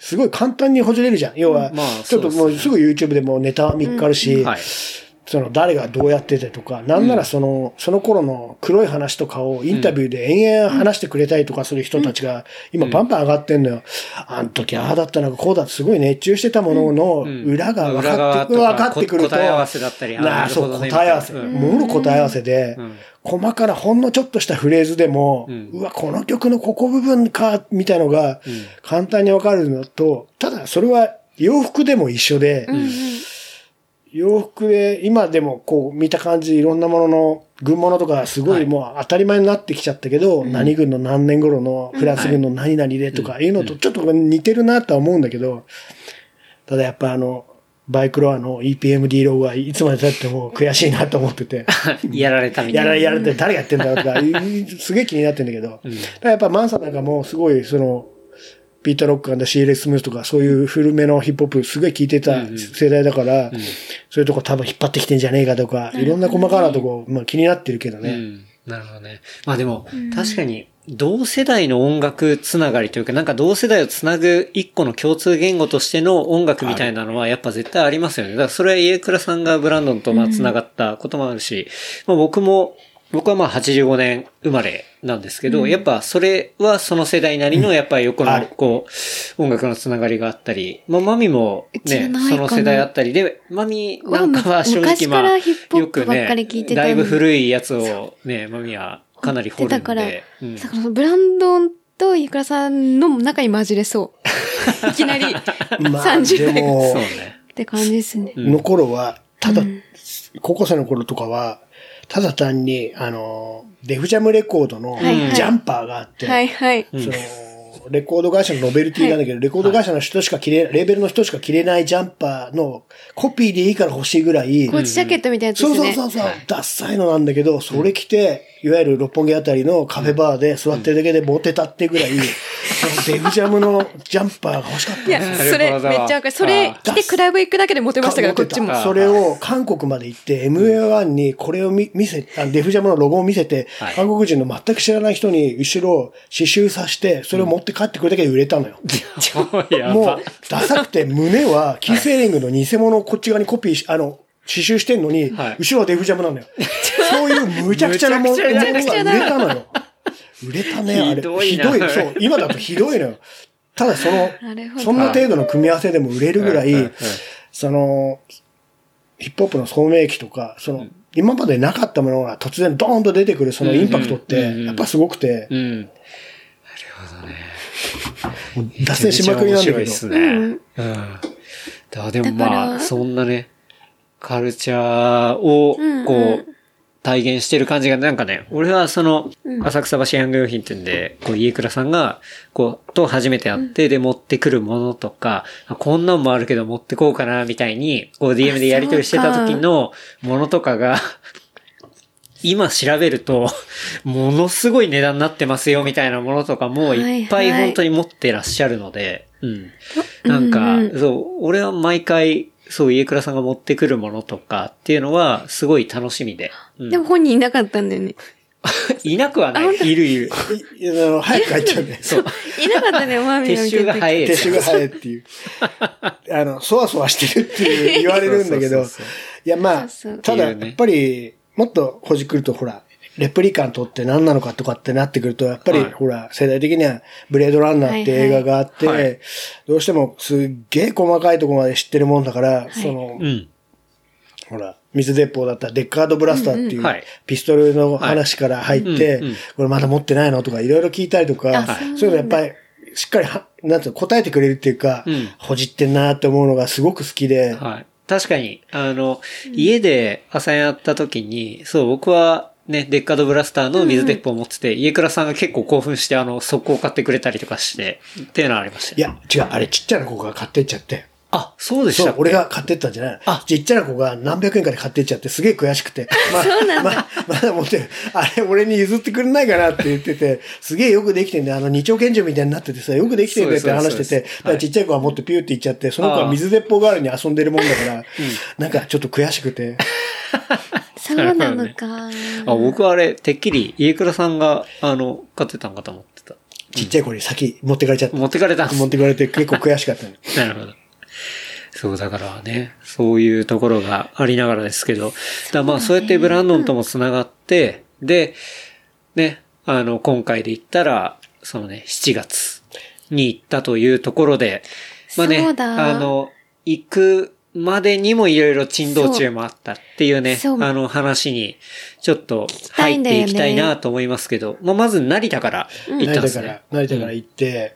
すごい簡単にほじれるじゃん。要は、 まあちょっともうすぐ YouTube でもうネタ見っかるし、 うんはい、 その誰がどうやっててとか、なんならその、うん、その頃の黒い話とかをインタビューで延々話してくれたりとかする人たちが今バンバン上がってんのよ。うん、あの時ああだったなんかこうだってすごい熱中してたものの裏が分かって、うん、分かってくると、 答え合わせだったり、 なあ、そう、答え合わせ。もろ答え合わせで、うん細かなほんのちょっとしたフレーズでも、うん、うわ、この曲のここ部分か、みたいのが、簡単にわかるのと、ただそれは洋服でも一緒で、うんうん、洋服で今でもこう見た感じいろんなものの軍物とかすごいもう当たり前になってきちゃったけど、はい、何軍の何年頃のフランス軍の何々でとかいうのとちょっと似てるなとは思うんだけど、ただやっぱあの、バイクロアの イーピーエム ディーローはいつまで経っても悔しいなと思ってて。 やられたみたいな。 やられ、やられて誰がやってんだろうとか、すげえ気になってんだけど。うん、だからやっぱマンサなんかもすごいその、ピーターロック&シーエル・スムースとかそういう古めのヒップホップすごい聴いてた世代だから、うんうん、そういうとこ多分引っ張ってきてんじゃねえかとか、いろんな細かなとこ、まあ気になってるけどね。うん、 なるほどね。まあでも、確かに、同世代の音楽つながりというか、なんか同世代をつなぐ一個の共通言語としての音楽みたいなのはやっぱ絶対ありますよね。だからそれは家倉さんがブランドンとまあつながったこともあるし、まあ僕も、僕はまあはちじゅうごねん生まれなんですけど、うん、やっぱそれはその世代なりのやっぱり横のこう、音楽のつながりがあったり、まあマミもね、その世代あったりで、マミなんかは正直まあ、よくね、だいぶ古いやつをね、マミはかなり掘るんで。 だから、うん、だからブランドンとイクラさんの中に混じれそう。いきなりさんじゅう代が、そうね、って感じですね。 の頃は、ただ、うん、高校生の頃とかは、ただ単に、あの、デフジャムレコードのジャンパーがあって、 はいはい。 その、レコード会社のノベルティなんだけど、はい、レコード会社の人しか着れ、レーベルの人しか着れないジャンパーのコピーでいいから欲しいぐらい。 コーチジャケットみたいなやつですね。 そうそうそうそう、ダッサいのなんだけど、それ着て、いわゆる六本木あたりのカフェバーで座ってるだけでモテたってぐらい、うん、そのデフジャムのジャンパーが欲しかった。 いや、それめっちゃわかる。それ着てクラブ行くだけでモテましたから、こっちも。 それを韓国まで行って エムエーワン にこれを見せ、あデフジャムのロゴを見せて、はい、韓国人の全く知らない人に後ろ刺繍させて、それを持って帰ってくるだけで売れたのよ。 うん、 もう、ダサくて胸はキーセーリングの偽物をこっち側にコピーし、あの、刺繍してんのに、はい、後ろはデフジャムなのよ。そういう無茶苦茶なものが売れたのよ。売れたね、あれ。ひどい。ひどい。そう、今だとひどいのよ。ただその、そんな程度の組み合わせでも売れるぐらい、その、ヒップホップの聡明期とか、その、うん、今までなかったものが突然ドーンと出てくるそのインパクトって、やっぱすごくて。うんうんうん、なるほどね。脱線しまくりなんだけど。面白いですね。うん。 だでもまあ、そんなね、カルチャーを、こう、うんうん、体現してる感じがなんかね、俺はその、浅草橋ヤング用品店で、こう、家倉さんが、こう、と初めて会って、で、持ってくるものとか、こんなんもあるけど持ってこうかな、みたいに、こう、ディーエム でやり取りしてた時のものとかが、今調べると、ものすごい値段になってますよ、みたいなものとかも、いっぱい本当に持ってらっしゃるので、うん。なんか、そう、俺は毎回、そう、家倉さんが持ってくるものとかっていうのは、すごい楽しみで。 うん、でも本人いなかったんだよね。 いなくはない。いるいる。 いや、あの、早く帰っちゃうね。 そう。いなかったね、マミーの。撤収が早い。 撤収が早いっていう。あの、そわそわしてるっていう言われるんだけど。そうそうそうそういや、まあ、そうそうただ、やっぱり、もっとほじくると、ほら、レプリカントって何なのかとかってなってくると、やっぱり、はい、ほら、世代的には、ブレードランナーって映画があって、はいはい、どうしてもすっげえ細かいところまで知ってるもんだから、はい、その、うん、ほら、水鉄砲だったらデッカードブラスターっていう、ピストルの話から入って、これまだ持ってないのとかいろいろ聞いたりとか、はい、そういうのやっぱり、しっかりは、なんていうの、答えてくれるっていうか、うん、ほじってんなって思うのがすごく好きで、 はい、確かに、あの、うん、家で朝やった時に、そう、僕は、ね、デッカードブラスターの水鉄砲を持ってて、うん、家倉さんが結構興奮して、あの、速攻買ってくれたりとかして、っていうのはありました、ね。 いや、違う、あれちっちゃな子が買ってっちゃって。 あ、そうでしたっけ？ そう、俺が買ってったんじゃない。あ、ちっちゃな子が何百円かで買ってっちゃって、すげえ悔しくて。まあ、 そうなんだ。 まあ、まだ持ってる。あれ、俺に譲ってくれないかなって言ってて、すげえよくできてんだよ。あの、二丁拳銃みたいになっててさ、よくできてんだよって話してて、だからちっちゃい子は持ってピューって言っちゃって、その子は水鉄砲代わりに遊んでるもんだから、うん、なんかちょっと悔しくて。 そうなのか。 あ、僕はあれ、てっきり家倉さんが、あの、買ってたんかと思ってた。 ちっちゃい子に先持ってかれちゃった。 持ってかれたんです。 持ってかれて結構悔しかったね。 なるほど。そうだからね、そういうところがありながらですけど、だまあそうやってブランドンともつながって、で、ね、あの、今回で言ったら、そのね、しちがつに行ったというところで、まあね、あの、行くまでにもいろいろ珍道中もあったっていうね、あの話にちょっと入っていきたいなと思いますけど、まあまず成田から行ったんですね。 成田から、成田から行って、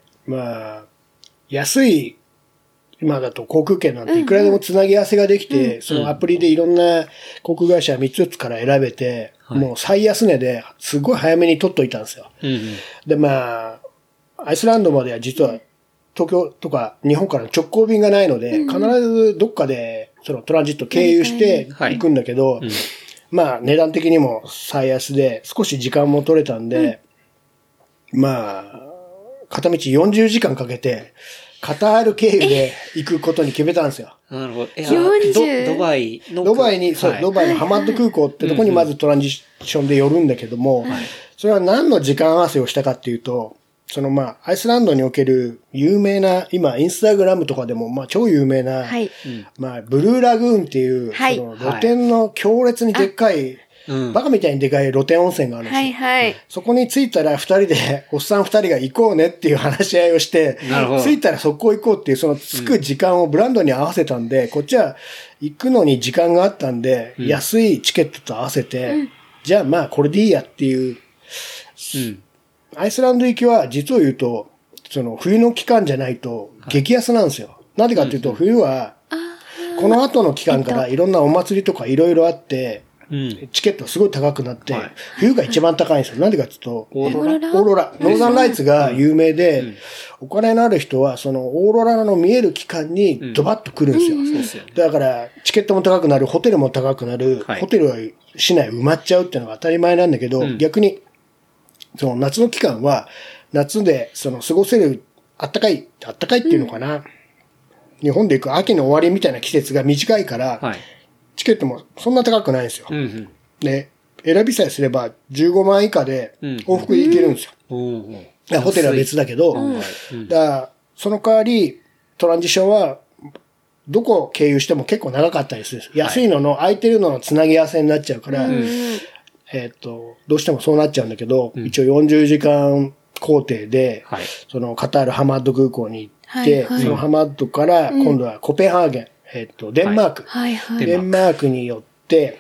うん、まあ、安い、今だと航空券なんていくらでもつなぎ合わせができて、うん、そのアプリでいろんな航空会社みっつから選べて、うん、もう最安値ですごい早めに取っといたんですよ。うんうん、で、まあ、アイスランドまでは実は東京とか日本からの直行便がないので、うん、必ずどっかでそのトランジット経由して行くんだけど、はいうん、まあ値段的にも最安で少し時間も取れたんで、うん、まあ、片道よんじゅうじかんかけて、カタール経由で行くことに決めたんですよ。 なるほど。ド, ドバイのドバイに、そう、はい、ドバイのハマッド空港ってとこにまずトランジションで寄るんだけども、はい、それは何の時間合わせをしたかっていうと、そのまあ、アイスランドにおける有名な、今、インスタグラムとかでも、まあ、超有名な、はい、まあ、ブルーラグーンっていう、はい、その露天の強烈にでっかい、うん、バカみたいにでかい露天温泉があるんですよ。はいはい。そこに着いたら二人で、おっさん二人が行こうねっていう話し合いをして、なるほど。着いたらそこ行こうっていう、その着く時間をブランドに合わせたんで、うん、こっちは行くのに時間があったんで、うん、安いチケットと合わせて、うん、じゃあまあこれでいいやっていう、うん、アイスランド行きは実を言うと、その冬の期間じゃないと激安なんですよ。はい、なぜかっていうと、冬は、この後の期間からいろんなお祭りとかいろいろあって、うん、チケットすごい高くなって、はい、冬が一番高いんですよ。なんでかっていうと、オーロラオーロラ。ノーザンライツが有名で、うん、お金のある人は、そのオーロラの見える期間にドバッと来るんですよ。うんうん、だから、チケットも高くなる、ホテルも高くなる、はい、ホテルは市内埋まっちゃうっていうのが当たり前なんだけど、うん、逆に、その夏の期間は、夏でその過ごせる、あったかい、あったかいっていうのかな。うん、日本で行く秋の終わりみたいな季節が短いから、はい、チケットもそんな高くないんですよ。うんうん、で、選びさえすればじゅうごまん以下で往復で行けるんですよ。うんうん、ホテルは別だけど、うん、だからその代わりトランジションはどこを経由しても結構長かったりするんです。安いのの空いてるののつなぎ合わせになっちゃうから、うん、えっと、どうしてもそうなっちゃうんだけど、うん、一応よんじゅうじかん行程で、はい、そのカタールハマッド空港に行って、はいはい、そのハマッドから今度はコペンハーゲン、えっと、デンマーク。はいはい、デンマークによって、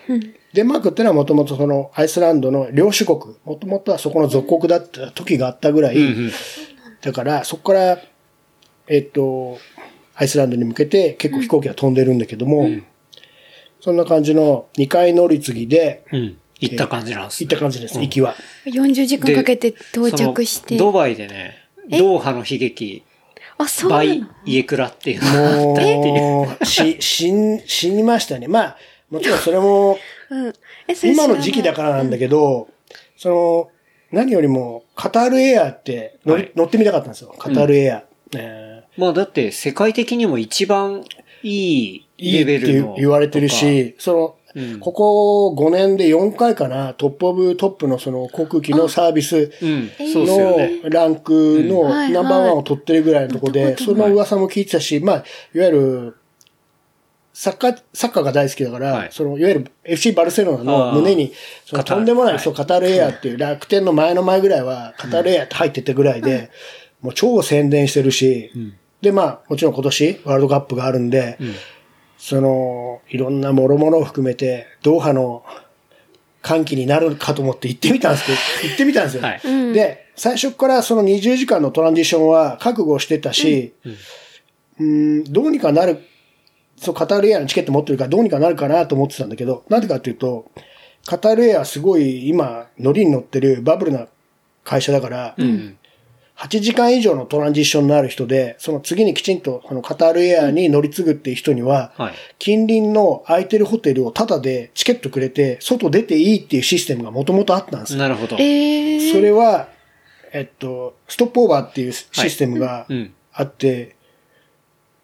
うん、デンマークってのはもともとそのアイスランドの領主国、もともとはそこの属国だった時があったぐらい、うんうん、だからそこから、えっと、アイスランドに向けて結構飛行機が飛んでるんだけども、うん、そんな感じのにかい乗り継ぎで、うん、 行った感じなんですね。行った感じです、行きは。 よんじゅうじかんかけて到着して。 ドバイでね、ドーハの悲劇、 あ、そうなの？ バイイエクラっていうのがあったっていう。 もう、し、死ん、死にましたね。まあ、もちろんそれも、うん、えそれ今の時期だからなんだけど、うん、その、何よりも、カタールエアって乗り、はい、乗ってみたかったんですよ。カタールエア。うんえー、まあだって世界的にも一番いいレベルの。いいって言われてるし、その、うん、ここごねんでよんかいかな、トップオブトップのその航空機のサービスのランクのナンバーワンを取ってるぐらいのとこで、その噂も聞いてたし、まあ、いわゆる、サッカー、サッカーが大好きだから、はい、その、いわゆる エフシー バルセロナの胸に、そのとんでもない、はい、そう、カタールエアっていう楽天の前の前ぐらいは、カタールエアって入ってってぐらいで、うんもう超宣伝してるし、うん、で、まあ、もちろん今年ワールドカップがあるんで、うん、その、いろんな諸々を含めて、ドーハの歓喜になるかと思って行ってみたんですけど、行ってみたんですよ。はい、で、最初からそのにじゅうじかんのトランジションは覚悟してたし、うん、うんどうにかなる、そう、カタールエアのチケット持ってるからどうにかなるかなと思ってたんだけど、なんでかっていうと、カタールエアすごい今、乗りに乗ってるバブルな会社だから、うんはちじかん以上のトランジションのある人で、その次にきちんとこのカタールエアに乗り継ぐっていう人には、はい、近隣の空いてるホテルをタダでチケットくれて、外出ていいっていうシステムがもともとあったんですよ。 なるほど。 えー、 それは、えっと、ストップオーバーっていうシステムがあって、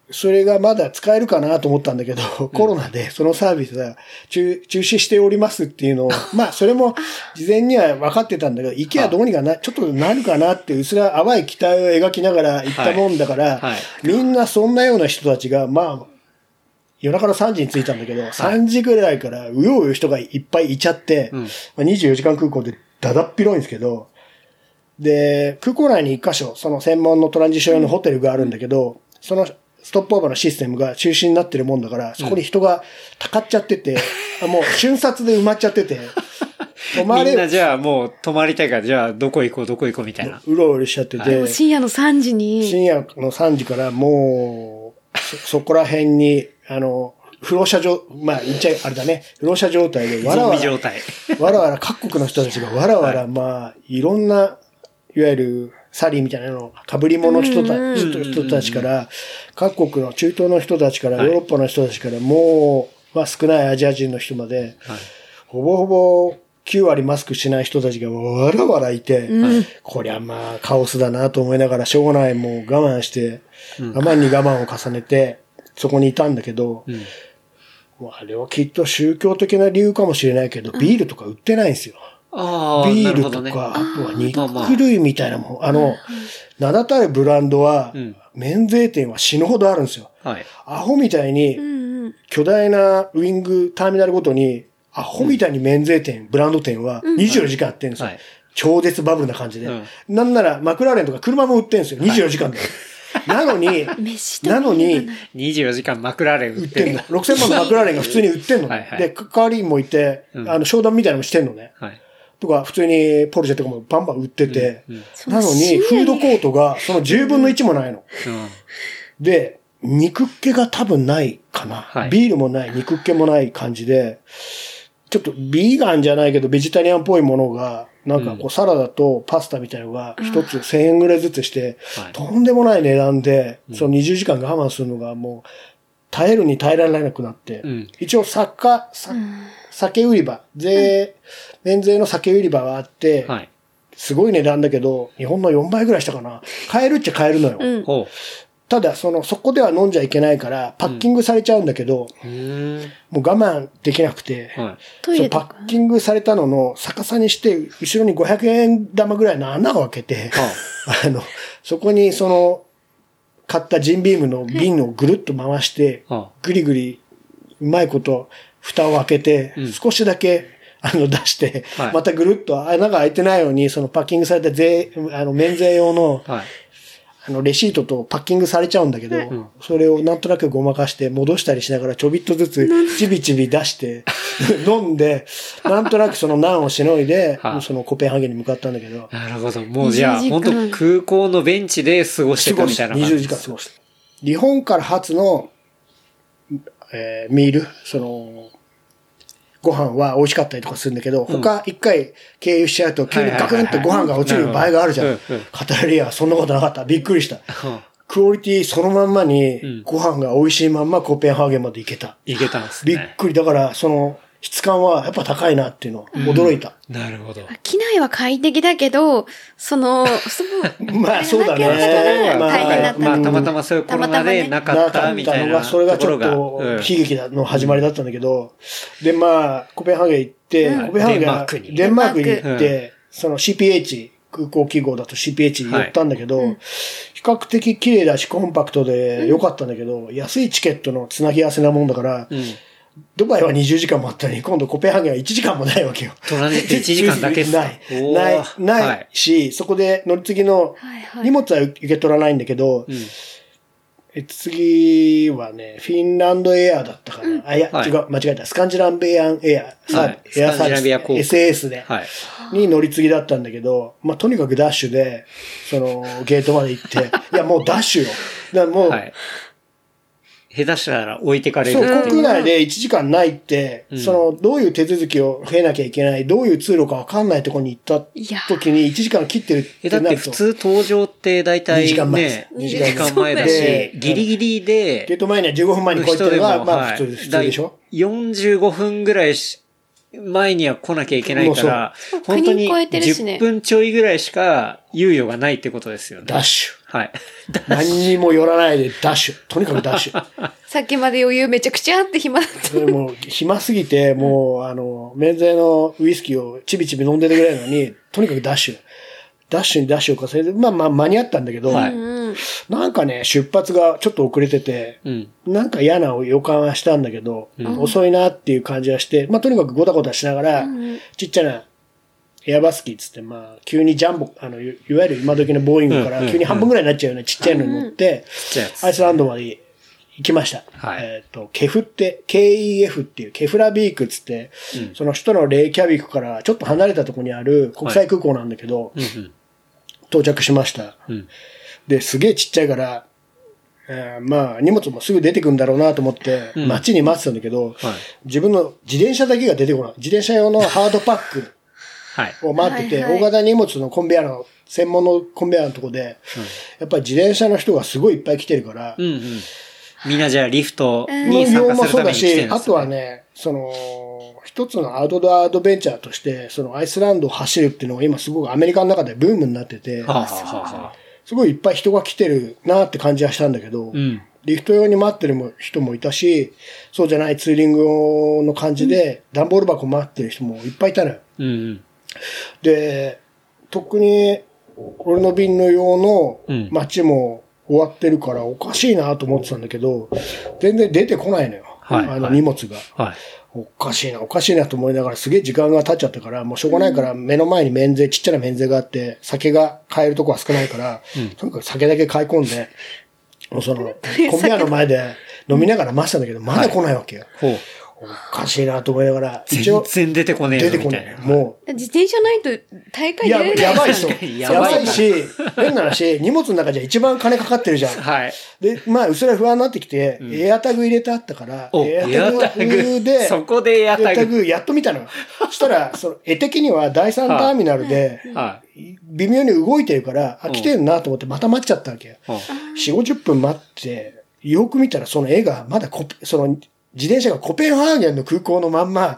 それがまだ使えるかなと思ったんだけど、うん、コロナでそのサービスが中中止しておりますっていうのを、まあそれも事前には分かってたんだけど、イケアどうにかな、ちょっとなるかなって薄ら淡い期待を描きながら行ったもんだから、はいはい、みんなそんなような人たちが、まあ、夜中のさんじに着いたんだけど、はい、さんじぐらいからうようよ人がいっぱいいちゃって、うんまあ、にじゅうよじかん空港でだだっ広いんですけど、で、空港内に一箇所、その専門のトランジション用のホテルがあるんだけど、うん、そのストップオーバーのシステムが中止になってるもんだから、そこに人がたかっちゃってて、うん、もう瞬殺で埋まっちゃってて、 泊まれみんなじゃあもう泊まりたいから、じゃあどこ行こうどこ行こうみたいな。 うろうろしちゃってて、 深夜のさんじに。 深夜のさんじからもう、そ、そこら辺に、あの、不老者状、まあ言っちゃあれだね、不老者状態で、わらわら、わらわら各国の人たちがわらわら、まあ、いろんな、いわゆる、サリーみたいなの、被り物人たち、人たちから、各国の中東の人たちから、ヨーロッパの人たちから、もう、まあ少ないアジア人の人まで、ほぼほぼきゅうわりマスクしない人たちがわらわらいて、こりゃまあカオスだなと思いながら、しょうがないもう我慢して、我慢に我慢を重ねて、そこにいたんだけど、あれはきっと宗教的な理由かもしれないけど、ビールとか売ってないんですよ。 あビールとか、ね、あとは肉類みたいなもん。あの、名だたるブランドは、うん、免税店は死ぬほどあるんですよ。はい、アホみたいに、巨大なウィングターミナルごとに、アホみたいに免税店、うん、ブランド店はにじゅうよじかんやってるんですよ。はい、超絶バブルな感じで、うん。なんならマクラーレンとか車も売ってるんですよ。にじゅうよじかんで。はいなのに、なのに、 にじゅうよじかんマクラーレン売ってんの。 ろくせんまんのマクラーレンが普通に売ってんの。はいはい、で、カーリーもいて、うん、あの、商談みたいなのもしてんのね。はいとか、普通にポルシェとかもバンバン売ってて、うんうん、なのに、フードコートがそのじゅうぶんのいちもないの。うん、で、肉っ気が多分ないかな、はい。ビールもない、肉っ気もない感じで、ちょっとビーガンじゃないけどベジタリアンっぽいものが、なんかこうサラダとパスタみたいなのが一つせんえんぐらいずつして、うん、とんでもない値段で、そのにじゅうじかん我慢するのがもう、耐えるに耐えられなくなって、うん、一応作家、酒売り場、税、免税の酒売り場があって、はい、すごい値段だけど、日本のよんばいぐらいしたかな。買えるっちゃ買えるのよ。うん、ただ、その、そこでは飲んじゃいけないから、パッキングされちゃうんだけど、うん、もう我慢できなくて、はい、そのパッキングされたのの逆さにして、後ろにごひゃくえん玉ぐらいの穴を開けて、あの、そこにその、買ったジンビームの瓶をぐるっと回して、ぐりぐり、うまいこと、蓋を開けて、少しだけ、あの、出して、またぐるっと穴が開いてないように、そのパッキングされた税、あの、免税用の、あの、レシートとパッキングされちゃうんだけど、それをなんとなくごまかして戻したりしながらちょびっとずつちびちび出して飲んで、なんとなくその難をしのいで、そのコペンハーゲンに向かったんだけど。 なるほど。もうじゃあ、本当空港のベンチで過ごしてたみたいな感じ。 にじゅうじかん過ごした。日本から初の、えー、ミール、その、ご飯は美味しかったりとかするんだけど、うん、他一回経由しちゃうと急にガクンとご飯が落ちる場合があるじゃん。カタリアはそんなことなかった。びっくりした。クオリティそのまんまにご飯が美味しいまんまコペンハーゲンまで行けた。 行けたんですね。 びっくり。だからその質感はやっぱ高いなっていうの驚いた。 うん、なるほど。 機内は快適だけど、その、そのまあそうだね。 まあ、まあたまたまそういうコロナでなかったみたいな。 それがちょっと悲劇の始まりだったんだけど、うん、でまあコペンハーゲン行って、うん、コペンハーゲンがデンマークに行って、その シーピーエイチ、空港記号だと シーピーエイチ に寄ったんだけど、はいうん、比較的綺麗だしコンパクトで良かったんだけど、うん、安いチケットのつなぎ合わせなもんだから、うんドバイはにじゅうじかんもあったのに、今度コペンハーゲンはいちじかんもないわけよ。 トランジットいちじかんだけっすかない。ない、ないし、はい、そこで乗り継ぎの荷物は受け取らないんだけど、はいはい、え次はね、フィンランドエアだったかな。うん、あ、いや、はい、違う、間違えた。スカンジナビアンエア、さはい、エアサービス、 エスエーエス で、はい、に乗り継ぎだったんだけど、まあ、とにかくダッシュで、その、ゲートまで行って、いや、もうダッシュよ。だからもう、はい下手したら置いてかれる。 そう、国内でいちじかんないって、うん、その、どういう手続きを経なきゃいけない、どういう通路かわかんないところに行った時にいちじかん切ってるってなると。え、だって普通登場って大体ね、にじかんまえ。にじかんまえだし、ギリギリで、 ゲート前にはじゅうごふんまえに来いっていうのが、まあ普通、普通でしょ ?よんじゅうごふんぐらいし、 前には来なきゃいけないから、本当にじゅっぷんちょいぐらいしか猶予がないってことですよね。 ダッシュ。はい。 何にも寄らないでダッシュ。とにかくダッシュ。 さっきまで余裕めちゃくちゃあって暇だった。 でも暇すぎて、もう、あの、免税のウイスキーをちびちび飲んでるぐらいなのに、とにかくダッシュ。ダッシュにダッシュを稼いで、まあまあ間に合ったんだけど、はい、なんかね、出発がちょっと遅れてて、うん、なんか嫌な予感はしたんだけど、うん、遅いなっていう感じはして、まあとにかくゴタゴタしながら、うん、ちっちゃなエアバスキーつって、まあ急にジャンボ、あの、いわゆる今時のボーイングから急に半分ぐらいになっちゃうようなちっちゃいのに乗って、アイスランドまで行きました。はい、えっ、ー、と、ケフって、ケーイーエフ っていう、ケフラビークつって、うん、その首都のレイキャビクからちょっと離れたところにある国際空港なんだけど、はいうんうん、到着しました。うん、で、すげえちっちゃいから、えー、まあ、荷物もすぐ出てくんだろうなと思って、うん、街に待ってたんだけど、はい、自分の自転車だけが出てこない。自転車用のハードパックを待ってて、はい、大型荷物のコンベアの、専門のコンベアのとこで、うん、やっぱり自転車の人がすごいいっぱい来てるから、 うんうん、みんなじゃあリフトに参加するために来てるんですね。 あとはね、その、一つのアウトドアアドベンチャーとして、そのアイスランドを走るっていうのが今すごくアメリカの中でブームになってて、はあはあ、すごいいっぱい人が来てるなって感じはしたんだけど、うん、リフト用に待ってる人もいたし、そうじゃないツーリング用の感じで、段ボール箱待ってる人もいっぱいいたのよ。うんうん、で、特に俺の便の用の街も終わってるからおかしいなと思ってたんだけど、全然出てこないのよ。はい、あの荷物が。はいはいおかしいな、おかしいなと思いながらすげえ時間が経っちゃったから、もうしょうがないから目の前に免税、ちっちゃな免税があって、酒が買えるとこは少ないから、うん、とにかく酒だけ買い込んで、もうその、コンベアの前で飲みながら待ってたんだけど、まだ来ないわけよ。はいおかしいなと思いながら。 全然出てこねえよ。出てこねえ。もう。自転車ないと大会出れない。 いや、やばいし。やばいし、変な話、荷物の中じゃ一番金かかってるじゃん。はい。で、まあ、うすら不安になってきて、うん、エアタグ入れてあったから、 エアタグで、そこでエアタグ。エアタグやっと見たの。そしたら、その、絵的には第三ターミナルで、はい、微妙に動いてるから、あ、来てるなと思ってまた待っちゃったわけよ。よんじゅう、ごじゅっぷん待って、よく見たらその絵がまだコその、自転車がコペンハーゲンの空港のまんま、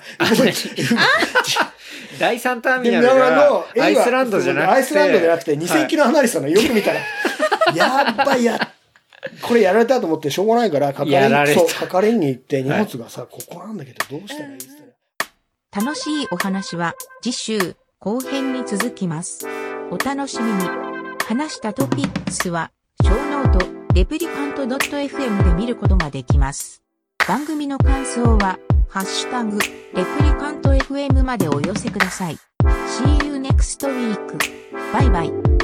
第三ターミナルがアイスランドじゃなくて、 アイスランドじゃなくてにせんキロ離れてたのよく見たら、やっばいや、これやられたと思ってしょうがないから、係員、そう、係員に行って荷物がさ、ここなんだけどどうしたらいいですか？ 楽しいお話は次週後編に続きます。お楽しみに。話したトピックスは、ショーノート、レプリカント .fm で見ることができます。番組の感想は、ハッシュタグ、レプリカント エフエム までお寄せください。See you next week. バイバイ。